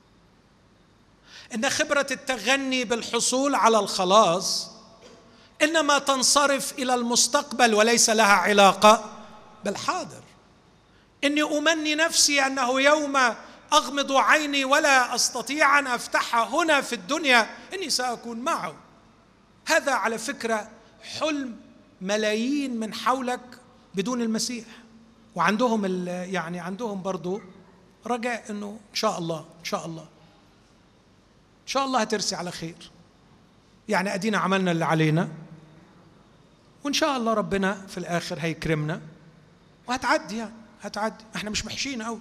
A: إن خبرة التغني بالحصول على الخلاص إنما تنصرف إلى المستقبل وليس لها علاقة بالحاضر. إني أمني نفسي أنه يوم أغمض عيني ولا أستطيع أن أفتحها هنا في الدنيا إني سأكون معه. هذا على فكرة حلم ملايين من حولك بدون المسيح، وعندهم يعني عندهم برضو رجاء إنه إن شاء الله إن شاء الله إن شاء الله هترسي على خير. يعني أدينا عملنا اللي علينا وإن شاء الله ربنا في الآخر هيكرمنا وهتعدي، يعني هتعدي، احنا مش محشين قوي،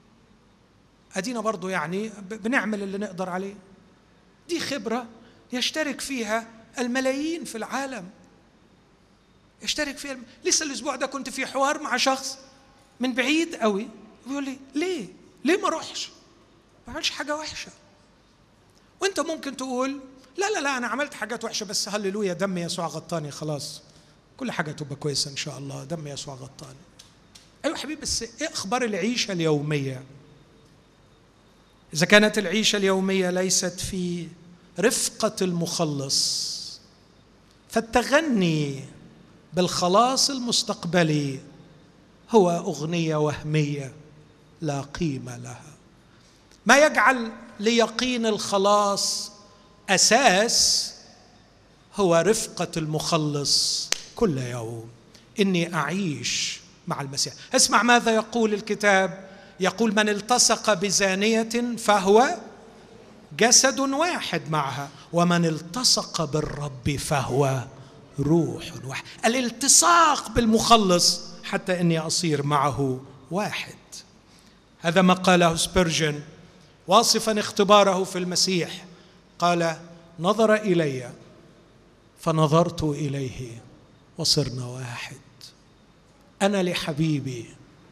A: أدينا برضو يعني بنعمل اللي نقدر عليه. دي خبرة يشترك فيها الملايين في العالم، يشترك فيها لسه الأسبوع ده كنت في حوار مع شخص من بعيد قوي بيقول لي ليه ما روحش؟ ما عملش حاجة وحشة. وانت ممكن تقول لا أنا عملت حاجات وحشة بس هللويا دم يسوع غطاني، خلاص كل حاجة تبقى كويسة إن شاء الله، دم يسوع غطاني. أيوة حبيبي، بس إيه أخبار العيشة اليومية؟ إذا كانت العيشة اليومية ليست في رفقة المخلص، فالتغني بالخلاص المستقبلي هو أغنية وهمية لا قيمة لها. ما يجعل ليقين الخلاص أساس هو رفقة المخلص كل يوم، إني أعيش مع المسيح. اسمع ماذا يقول الكتاب، يقول من التصق بزانية فهو جسد واحد معها، ومن التصق بالرب فهو روح واحد. الالتصاق بالمخلص حتى إني أصير معه واحد. هذا ما قاله سبيرجن واصفا اختباره في المسيح، قال نظر إلي فنظرت إليه وصرنا واحد، أنا لحبيبي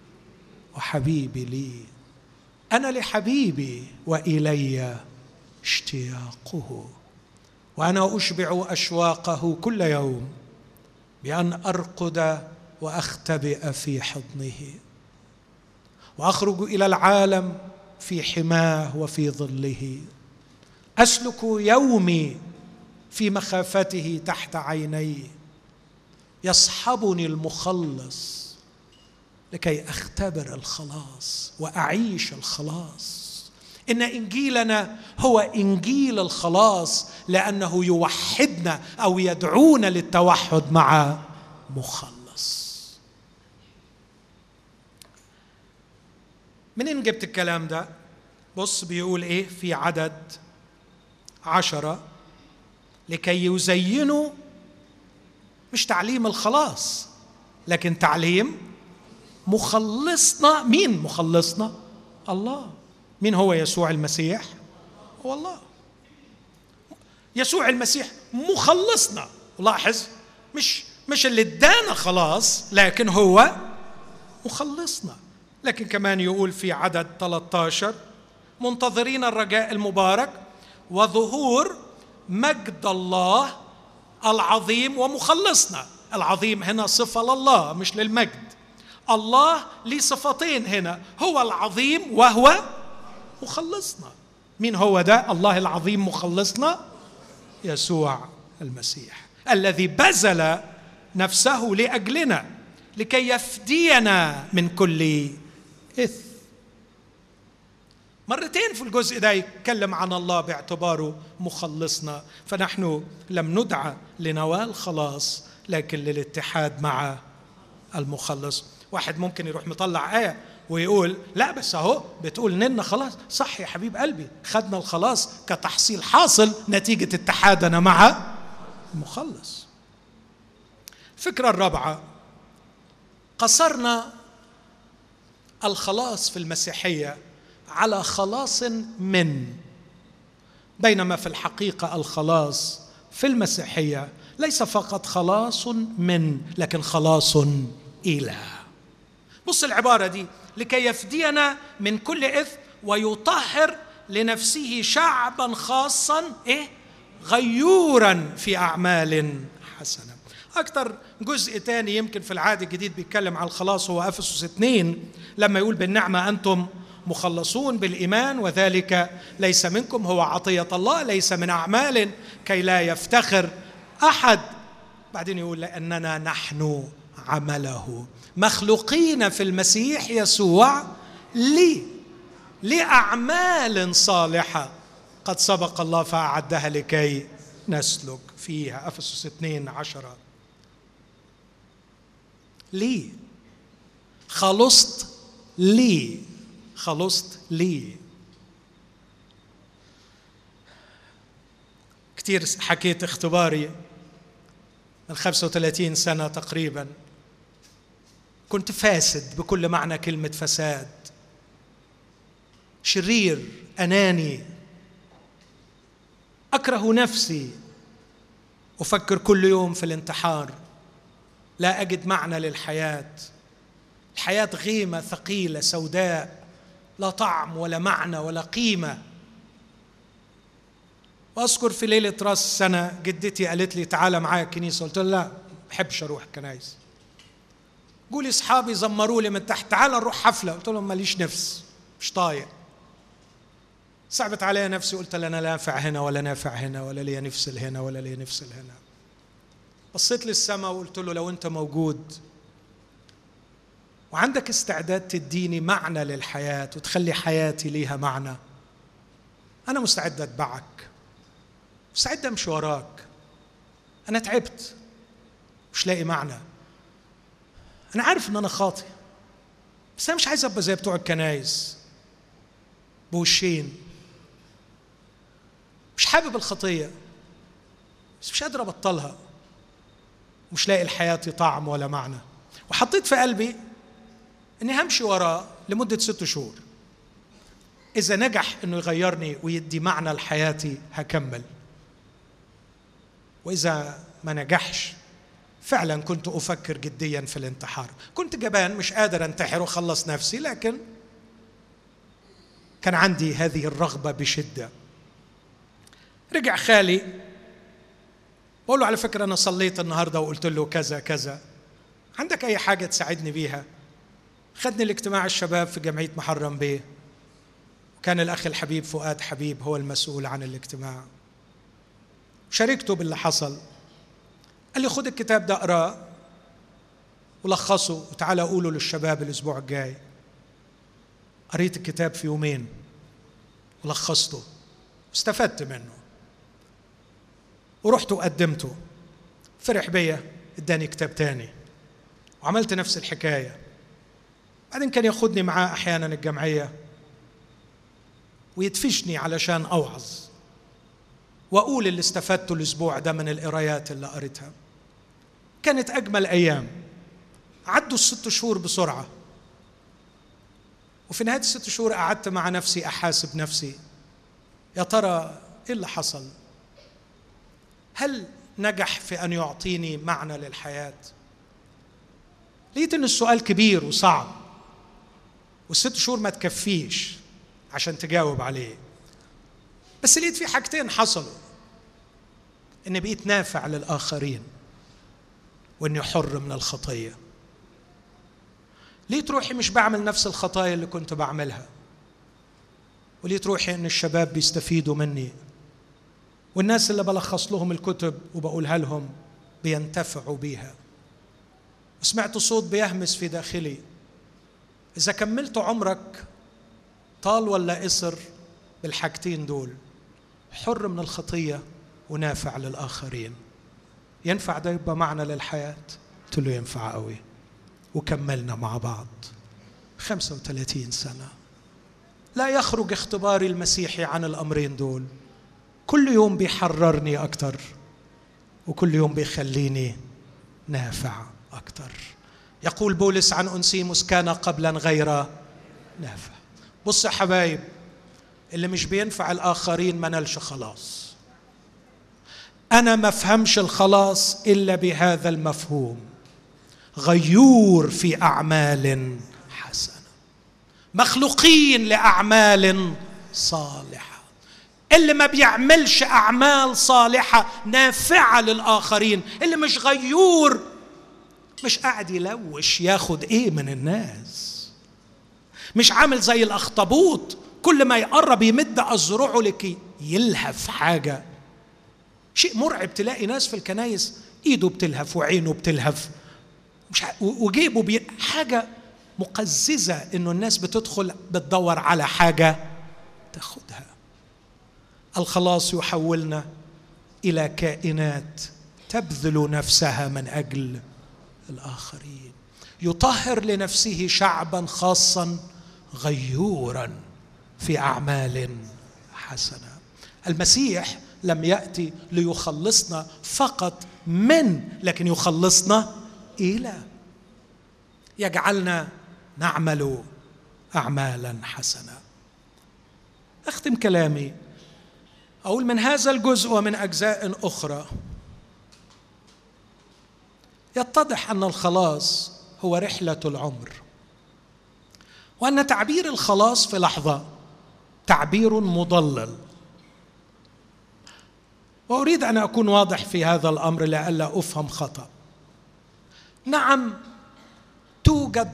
A: وحبيبي لي، أنا لحبيبي وإلي اشتياقه، وأنا أشبع أشواقه كل يوم بأن أرقد وأختبئ في حضنه، وأخرج إلى العالم في حماه وفي ظله، أسلك يومي في مخافته تحت عينيه، يصحبني المخلص لكي أختبر الخلاص وأعيش الخلاص. إن إنجيلنا هو إنجيل الخلاص لأنه يوحدنا أو يدعونا للتوحد مع مخلص. منين جبت الكلام ده؟ بص بيقول إيه في عدد 10، لكي يزينوا، مش تعليم الخلاص لكن تعليم مخلصنا. مين مخلصنا؟ الله. مين هو يسوع المسيح؟ هو الله. يسوع المسيح مخلصنا. لاحظ مش اللي ادانا خلاص، لكن هو مخلصنا. لكن كمان يقول في عدد 13 منتظرين الرجاء المبارك وظهور مجد الله العظيم ومخلصنا. العظيم هنا صفة لله مش للمجد. الله ليه صفتين هنا، هو العظيم وهو مخلصنا. مين هو ده الله العظيم مخلصنا؟ يسوع المسيح الذي بذل نفسه لأجلنا لكي يفدينا من كل إثم. مرتين في الجزء ده يتكلم عن الله باعتباره مخلصنا، فنحن لم ندعى لنوال خلاص لكن للاتحاد مع المخلص. واحد ممكن يروح مطلع آية ويقول لا بس اهو بتقول ننا خلاص. صح يا حبيب قلبي، خدنا الخلاص كتحصيل حاصل نتيجة اتحادنا مع المخلص. الفكرة الرابعة، قصرنا الخلاص في المسيحية على خلاص من، بينما في الحقيقة الخلاص في المسيحية ليس فقط خلاص من لكن خلاص إلى. بص العبارة دي، لكي يفدينا من كل إثم ويطهر لنفسه شعبا خاصا غيورا في أعمال حسنة. أكتر جزء تاني يمكن في العهد الجديد بيتكلم عن الخلاص هو أفسس 2 لما يقول بالنعمة أنتم مخلصون بالإيمان، وذلك ليس منكم، هو عطية الله ليس من أعمال كي لا يفتخر أحد. بعدين يقول لأننا نحن عمله مخلوقين في المسيح يسوع لأعمال صالحة قد سبق الله فأعدها لكي نسلك فيها. أفسس 2:10. خلصت لي. كتير حكيت اختباري من 35 سنة تقريبا، كنت فاسد بكل معنى كلمة فساد، شرير، أناني، أكره نفسي، أفكر كل يوم في الانتحار، لا أجد معنى للحياة، الحياة غيمة ثقيلة سوداء، لا طعم ولا معنى ولا قيمة. وأذكر في ليلة رأس السنة جدتي قالت لي تعالى معايا الكنيسة، قلت لها لا ما بحبش أروح الكنايس. قولي أصحابي زمروا لي من تحت تعالى نروح حفلة، قلت لهم ماليش نفس، مش طايق. صعبت عليها نفسي، قلت لها أنا لا نافع هنا ولا نافع هنا ولا لي نفسل هنا ولا لي نفسل هنا. بصيت للسماء وقلت له لو أنت موجود وعندك استعداد تديني معنى للحياة وتخلي حياتي ليها معنى، أنا مستعد أتبعك، مستعد أمشي وراك. أنا تعبت، مش لاقي معنى، أنا عارف إن أنا خاطئ، بس أنا مش عايز أبقى زي بتوع الكنايس بوشين. مش حابب الخطية بس مش قادر أبطلها، مش لاقي الحياة طعم ولا معنى. وحطيت في قلبي إني همشي وراه لمدة 6 شهور، إذا نجح إنه يغيرني ويدي معنى لحياتي هكمل، وإذا ما نجحش فعلا كنت أفكر جديا في الانتحار. كنت جبان مش قادر أنتحر وخلص نفسي، لكن كان عندي هذه الرغبة بشدة. رجع خالي بقول له على فكرة أنا صليت النهاردة وقلت له كذا كذا، عندك أي حاجة تساعدني بيها؟ خدني الاجتماع الشباب في جمعية محرم بيه، كان الأخ الحبيب فؤاد حبيب هو المسؤول عن الاجتماع. شاركته باللي حصل، قال لي خد الكتاب ده اقراه ولخصه وتعالى أقوله للشباب الأسبوع الجاي. قريت الكتاب في 2 يوم ولخصته واستفدت منه، ورحت وقدمته، فرح بيا، اداني كتاب تاني، وعملت نفس الحكاية. بعدين كان ياخدني معاه أحيانا الجمعية ويدفشني علشان أوعظ وأقول اللي استفدته الأسبوع ده من القرايات اللي قريتها. كانت أجمل أيام. عدوا 6 شهور بسرعة، وفي نهاية 6 شهور قعدت مع نفسي أحاسب نفسي، يا ترى إيه اللي حصل؟ هل نجح في أن يعطيني معنى للحياة؟ لقيت إن السؤال كبير وصعب، وال6 شهور ما تكفيش عشان تجاوب عليه، بس لقيت في حاجتين حصلوا: إني بقيت نافع للآخرين، وإني حر من الخطية. لقيت روحي مش بعمل نفس الخطايا اللي كنت بعملها، ولقيت روحي إن الشباب بيستفيدوا مني، والناس اللي بلخص لهم الكتب وبقولها لهم بينتفعوا بيها. وسمعت صوت بيهمس في داخلي: إذا كملت عمرك طال ولا قصر بالحاجتين دول، حر من الخطية ونافع للآخرين، ينفع ده يبقى معنى للحياة؟ قلت له ينفع قوي. وكملنا مع بعض 35 سنة. لا يخرج اختباري المسيحي عن الأمرين دول، كل يوم بيحررني أكتر، وكل يوم بيخليني نافع أكتر. يقول بولس عن أنسيموس: كان قبلا غير نافع. بص يا حبايب، اللي مش بينفع الآخرين ما نالش خلاص. أنا ما فهمش الخلاص إلا بهذا المفهوم: غيور في أعمال حسنة، مخلوقين لأعمال صالحة. اللي ما بيعملش أعمال صالحة نافعة للآخرين، اللي مش غيور، مش قاعد يلوش ياخد إيه من الناس، مش عامل زي الأخطبوط كل ما يقرب يمد أذرعه لكي يلهف حاجة. شيء مرعب تلاقي ناس في الكنايس إيده بتلهف وعينه بتلهف وجيبه حاجة مقززة، إنه الناس بتدخل بتدور على حاجة تاخدها. الخلاص يحولنا إلى كائنات تبذل نفسها من أجل الآخرين، يطهر لنفسه شعبا خاصا غيورا في أعمال حسنة. المسيح لم يأتي ليخلصنا فقط من، لكن يخلصنا إلى، يجعلنا نعمل أعمالا حسنة. أختم كلامي أقول من هذا الجزء ومن أجزاء أخرى يتضح أن الخلاص هو رحلة العمر، وأن تعبير الخلاص في لحظة تعبير مضلل. وأريد أن أكون واضح في هذا الأمر لئلا أفهم خطأ. نعم، توجد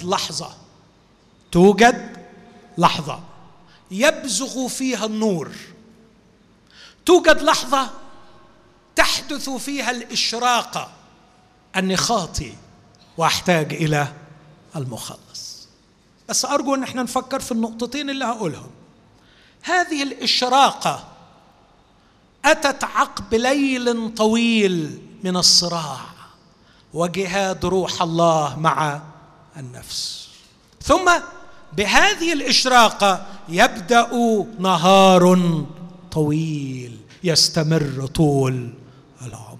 A: لحظة يبزغ فيها النور، توجد لحظة تحدث فيها الإشراقة أني خاطئ وأحتاج إلى المخلص. بس أرجو أن احنا نفكر في النقطتين اللي هقولهم. هذه الإشراقة أتت عقب ليل طويل من الصراع وجهاد روح الله مع النفس، ثم بهذه الإشراقة يبدأ نهار طويل يستمر طول العمر.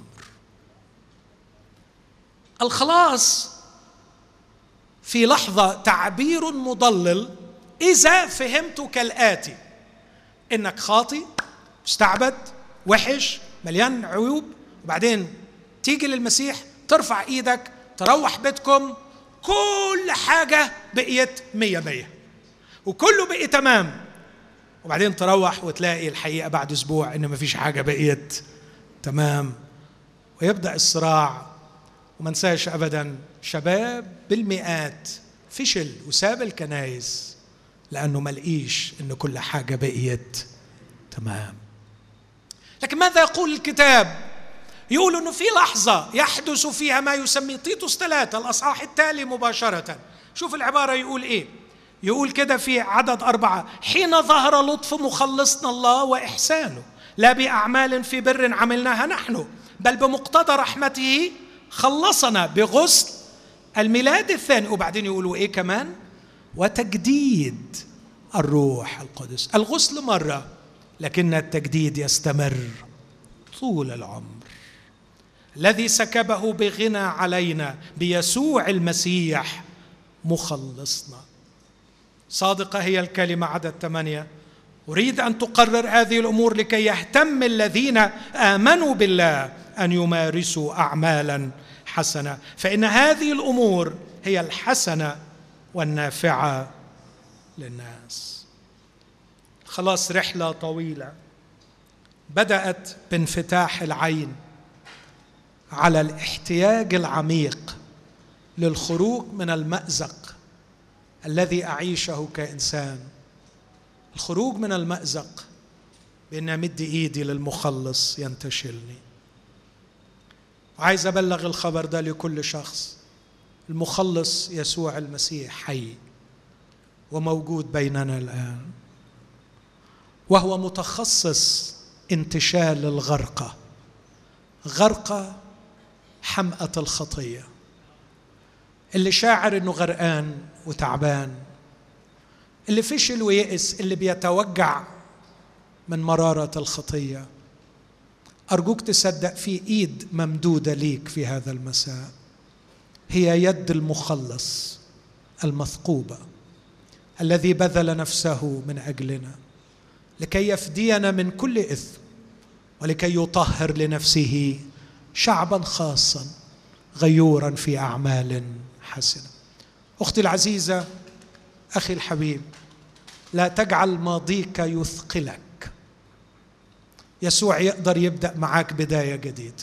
A: الخلاص في لحظة تعبير مضلل إذا فهمت كالآتي: إنك خاطئ، مستعبد، وحش، مليان عيوب، وبعدين تيجي للمسيح ترفع إيدك تروح بيتكم كل حاجة بقيت 100 وكله بقي تمام، وبعدين تروح وتلاقي الحقيقة بعد أسبوع إن مفيش حاجة بقيت تمام، ويبدأ الصراع. وما ننساش أبدا شباب بالمئات فشل وساب الكنايس لأنه ملقيش إن كل حاجة بقيت تمام. لكن ماذا يقول الكتاب؟ يقول إنه في لحظة يحدث فيها ما يسميه تيتوس 3 الأصحاح التالي مباشرة. شوف العبارة يقول إيه؟ يقول كده في عدد 4: حين ظهر لطف مخلصنا الله وإحسانه لا بأعمال في بر عملناها نحن، بل بمقتضى رحمته خلصنا بغسل الميلاد الثاني. وبعدين يقولوا إيه كمان؟ وتجديد الروح القدس. الغسل مرة، لكن التجديد يستمر طول العمر. الذي سكبه بغنى علينا بيسوع المسيح مخلصنا. صادقة هي الكلمة عدد 8: أريد أن تقرر هذه الأمور لكي يهتم الذين آمنوا بالله أن يمارسوا أعمالا حسنة، فإن هذه الأمور هي الحسنة والنافعة للناس. خلاص رحلة طويلة بدأت بانفتاح العين على الاحتياج العميق للخروج من المأزق الذي أعيشه كإنسان. الخروج من المأزق بأن أمد إيدي للمخلص ينتشلني. وعايز أبلغ الخبر ده لكل شخص: المخلص يسوع المسيح حي وموجود بيننا الآن، وهو متخصص انتشال الغرقة، غرقة حمأة الخطية. اللي شاعر إنه غرقان وتعبان، اللي فشل ويئس، اللي بيتوجع من مرارة الخطية، أرجوك تصدق في إيد ممدودة ليك في هذا المساء، هي يد المخلص المثقوبة الذي بذل نفسه من أجلنا لكي يفدينا من كل إثم ولكي يطهر لنفسه شعبا خاصا غيورا في أعمال حسنة. أختي العزيزة، أخي الحبيب، لا تجعل ماضيك يثقلك. يسوع يقدر يبدأ معاك بداية جديدة.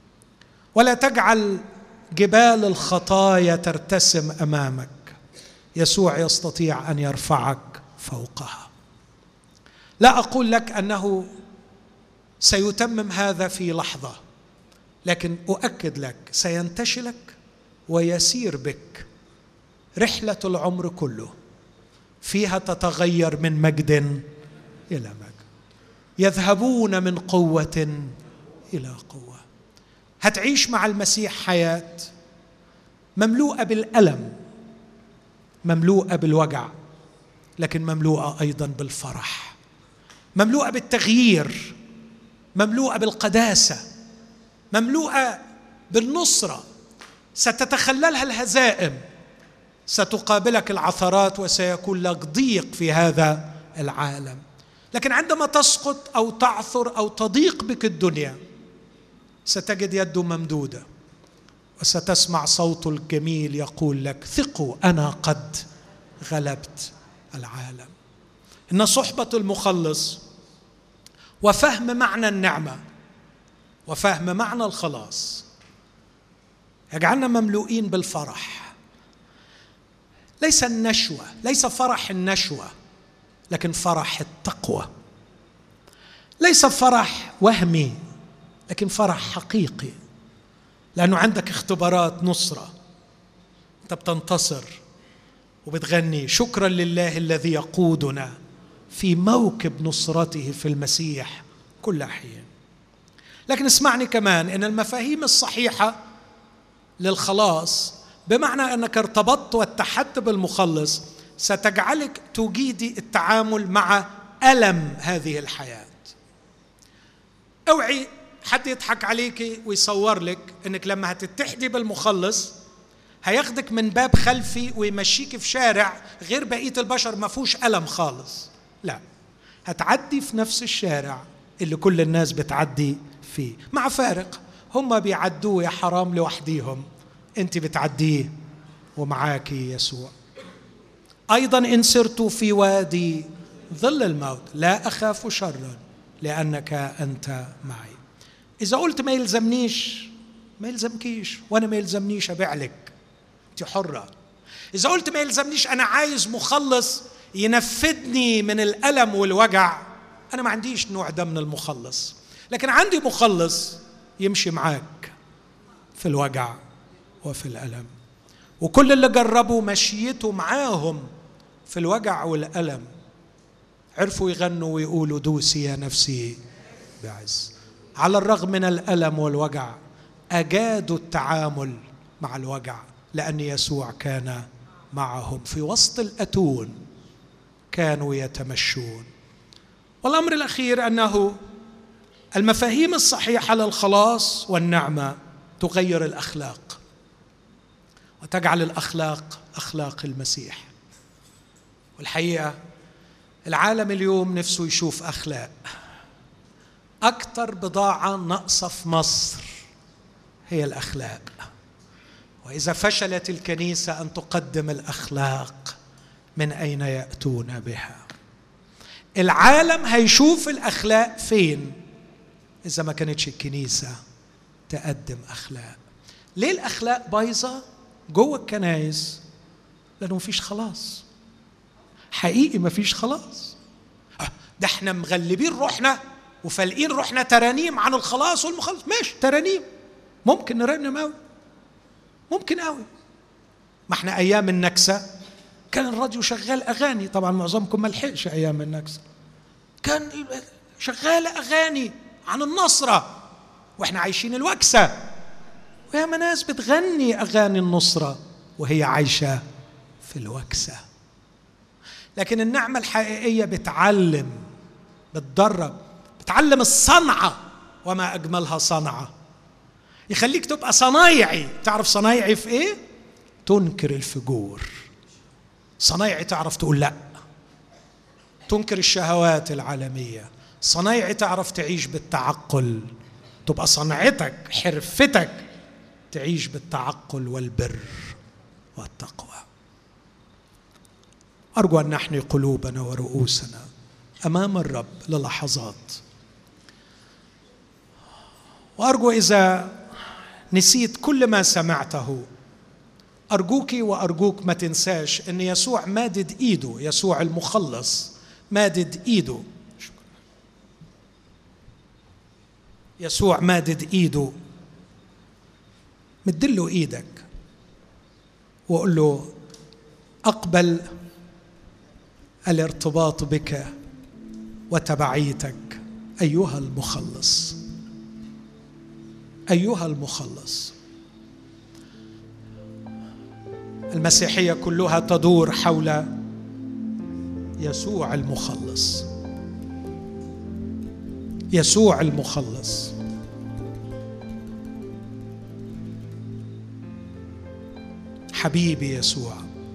A: ولا تجعل جبال الخطايا ترتسم أمامك. يسوع يستطيع أن يرفعك فوقها. لا أقول لك أنه سيتمم هذا في لحظة، لكن أؤكد لك سينتشلك ويسير بك رحلة العمر كله، فيها تتغير من مجد إلى مجد، يذهبون من قوة إلى قوة. هتعيش مع المسيح حياة مملوءة بالألم، مملوءة بالوجع، لكن مملوءة أيضا بالفرح، مملوءة بالتغيير، مملوءة بالقداسة، مملوءة بالنصرة. ستتخللها الهزائم، ستقابلك العثرات، وسيكون لك ضيق في هذا العالم. لكن عندما تسقط أو تعثر أو تضيق بك الدنيا، ستجد يده ممدودة، وستسمع صوته الجميل يقول لك: ثقوا أنا قد غلبت العالم. إن صحبة المخلص وفهم معنى النعمة وفهم معنى الخلاص يجعلنا مملوئين بالفرح. ليس النشوة، ليس فرح النشوة، لكن فرح التقوى. ليس فرح وهمي، لكن فرح حقيقي، لأنه عندك اختبارات نصرة، أنت بتنتصر وبتغني شكرا لله الذي يقودنا في موكب نصرته في المسيح كل حين. لكن اسمعني كمان، إن المفاهيم الصحيحة للخلاص بمعنى أنك ارتبطت واتحدت بالمخلص ستجعلك تجيدي التعامل مع ألم هذه الحياة. اوعي حد يضحك عليك ويصور لك أنك لما هتتحدي بالمخلص هياخدك من باب خلفي ويمشيك في شارع غير بقية البشر ما فيهوش ألم خالص. لا، هتعدي في نفس الشارع اللي كل الناس بتعدي فيه، مع فارق، هم بيعدوه يا حرام لوحديهم، انت بتعديه ومعاكي يسوع. أيضا إن سرت في وادي ظل الموت لا أخاف شرا لأنك أنت معي. إذا قلت ما يلزمنيش، ما يلزمكيش، وأنا ما يلزمنيش أبيع لك، أنت حرة. إذا قلت ما يلزمنيش، أنا عايز مخلص ينفدني من الألم والوجع، أنا ما عنديش نوع ده من المخلص، لكن عندي مخلص يمشي معاك في الوجع وفي الألم. وكل اللي جربوا مشيته معاهم في الوجع والألم عرفوا يغنوا ويقولوا: دوسي يا نفسي بعز. على الرغم من الألم والوجع أجادوا التعامل مع الوجع، لأن يسوع كان معهم في وسط الأتون، كانوا يتمشون. والأمر الأخير أنه المفاهيم الصحيحة للخلاص والنعمة تغير الأخلاق وتجعل الأخلاق أخلاق المسيح. والحقيقة العالم اليوم نفسه يشوف أخلاق. أكثر بضاعة ناقصة في مصر هي الأخلاق، وإذا فشلت الكنيسة أن تقدم الأخلاق من أين يأتون بها؟ العالم هيشوف الأخلاق فين إذا ما كانتش الكنيسة تقدم أخلاق. ليه الأخلاق بايظة جوه الكنائس؟ لأنه مفيش خلاص حقيقي، مفيش خلاص. ده احنا مغلبين روحنا وفالقين روحنا ترانيم عن الخلاص والمخلص. ماشي، ترانيم ممكن نرنم قوي، ممكن قوي. ما احنا أيام النكسة كان الراديو شغال أغاني، طبعا معظمكم ما لحقش أيام النكسة، كان شغال أغاني عن النصرة واحنا عايشين الوكسة، وياما ناس بتغني أغاني النصرة وهي عايشة في الوكسة. لكن النعمة الحقيقية بتعلم، بتدرب، بتعلم الصنعة، وما أجملها صنعة. يخليك تبقى صنايعي. تعرف صنايعي في إيه؟ تنكر الفجور. صنايعي تعرف تقول لا، تنكر الشهوات العالمية. صنايعي تعرف تعيش بالتعقل. تبقى صنعتك، حرفتك، تعيش بالتعقل والبر والتقوى. أرجو أن نحني قلوبنا ورؤوسنا أمام الرب للحظات، وأرجو إذا نسيت كل ما سمعته، أرجوكي وأرجوك ما تنساش أن يسوع مادد إيده، يسوع المخلص مادد إيده. يسوع مادد إيده، مدله إيدك وقل له أقبل الارتباط بك وتبعيتك أيها المخلص، أيها المخلص. المسيحية كلها تدور حول يسوع المخلص، يسوع المخلص. حبيبي يسوع،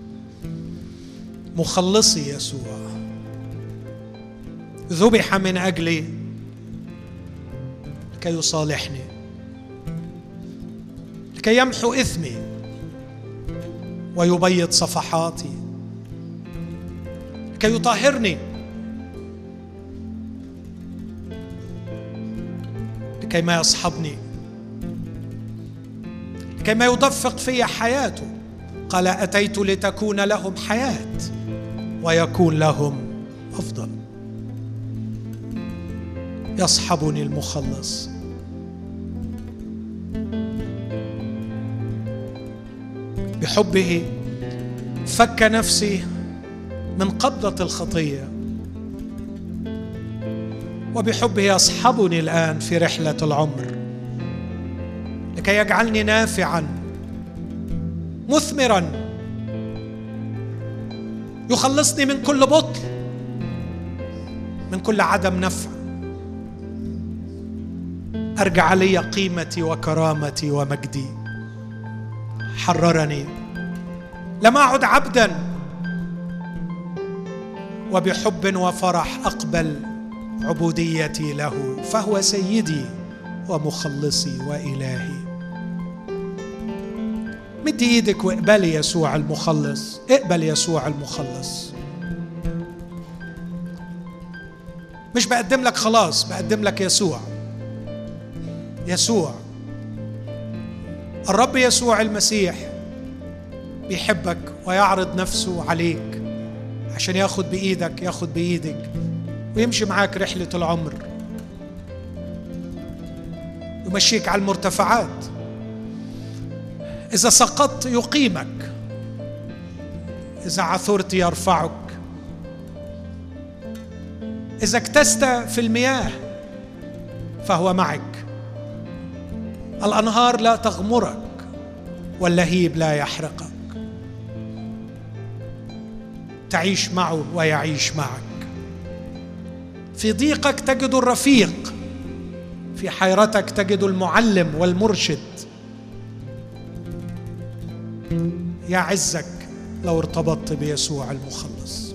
A: مخلصي يسوع، ذبح من أجلي لكي يصالحني، لكي يمحو إثمي ويبيض صفحاتي، لكي يطهرني، لكي ما يصحبني، لكي ما يدفق في حياته. قال أتيت لتكون لهم حياة ويكون لهم أفضل. يصحبني المخلص، بحبه فك نفسي من قبضة الخطية، وبحبه يصحبني الآن في رحلة العمر لكي يجعلني نافعا مثمرا، يخلصني من كل بطل، من كل عدم نفع. أرجع لي قيمتي وكرامتي ومجدي. حررني، لم أعد عبدا، وبحب وفرح أقبل عبوديتي له، فهو سيدي ومخلصي وإلهي. مد ايدك واقبلي يسوع المخلص، اقبل يسوع المخلص. مش بقدم لك خلاص، بقدم لك يسوع. يسوع الرب يسوع المسيح بيحبك ويعرض نفسه عليك عشان ياخد بإيدك، ياخد بإيدك ويمشي معاك رحلة العمر، يمشيك على المرتفعات. إذا سقطت يقيمك، إذا عثرت يرفعك، إذا اكتست في المياه فهو معك. الأنهار لا تغمرك واللهيب لا يحرقك. تعيش معه ويعيش معك. في ضيقك تجد الرفيق، في حيرتك تجد المعلم والمرشد. يعزك لو ارتبطت بيسوع المخلص.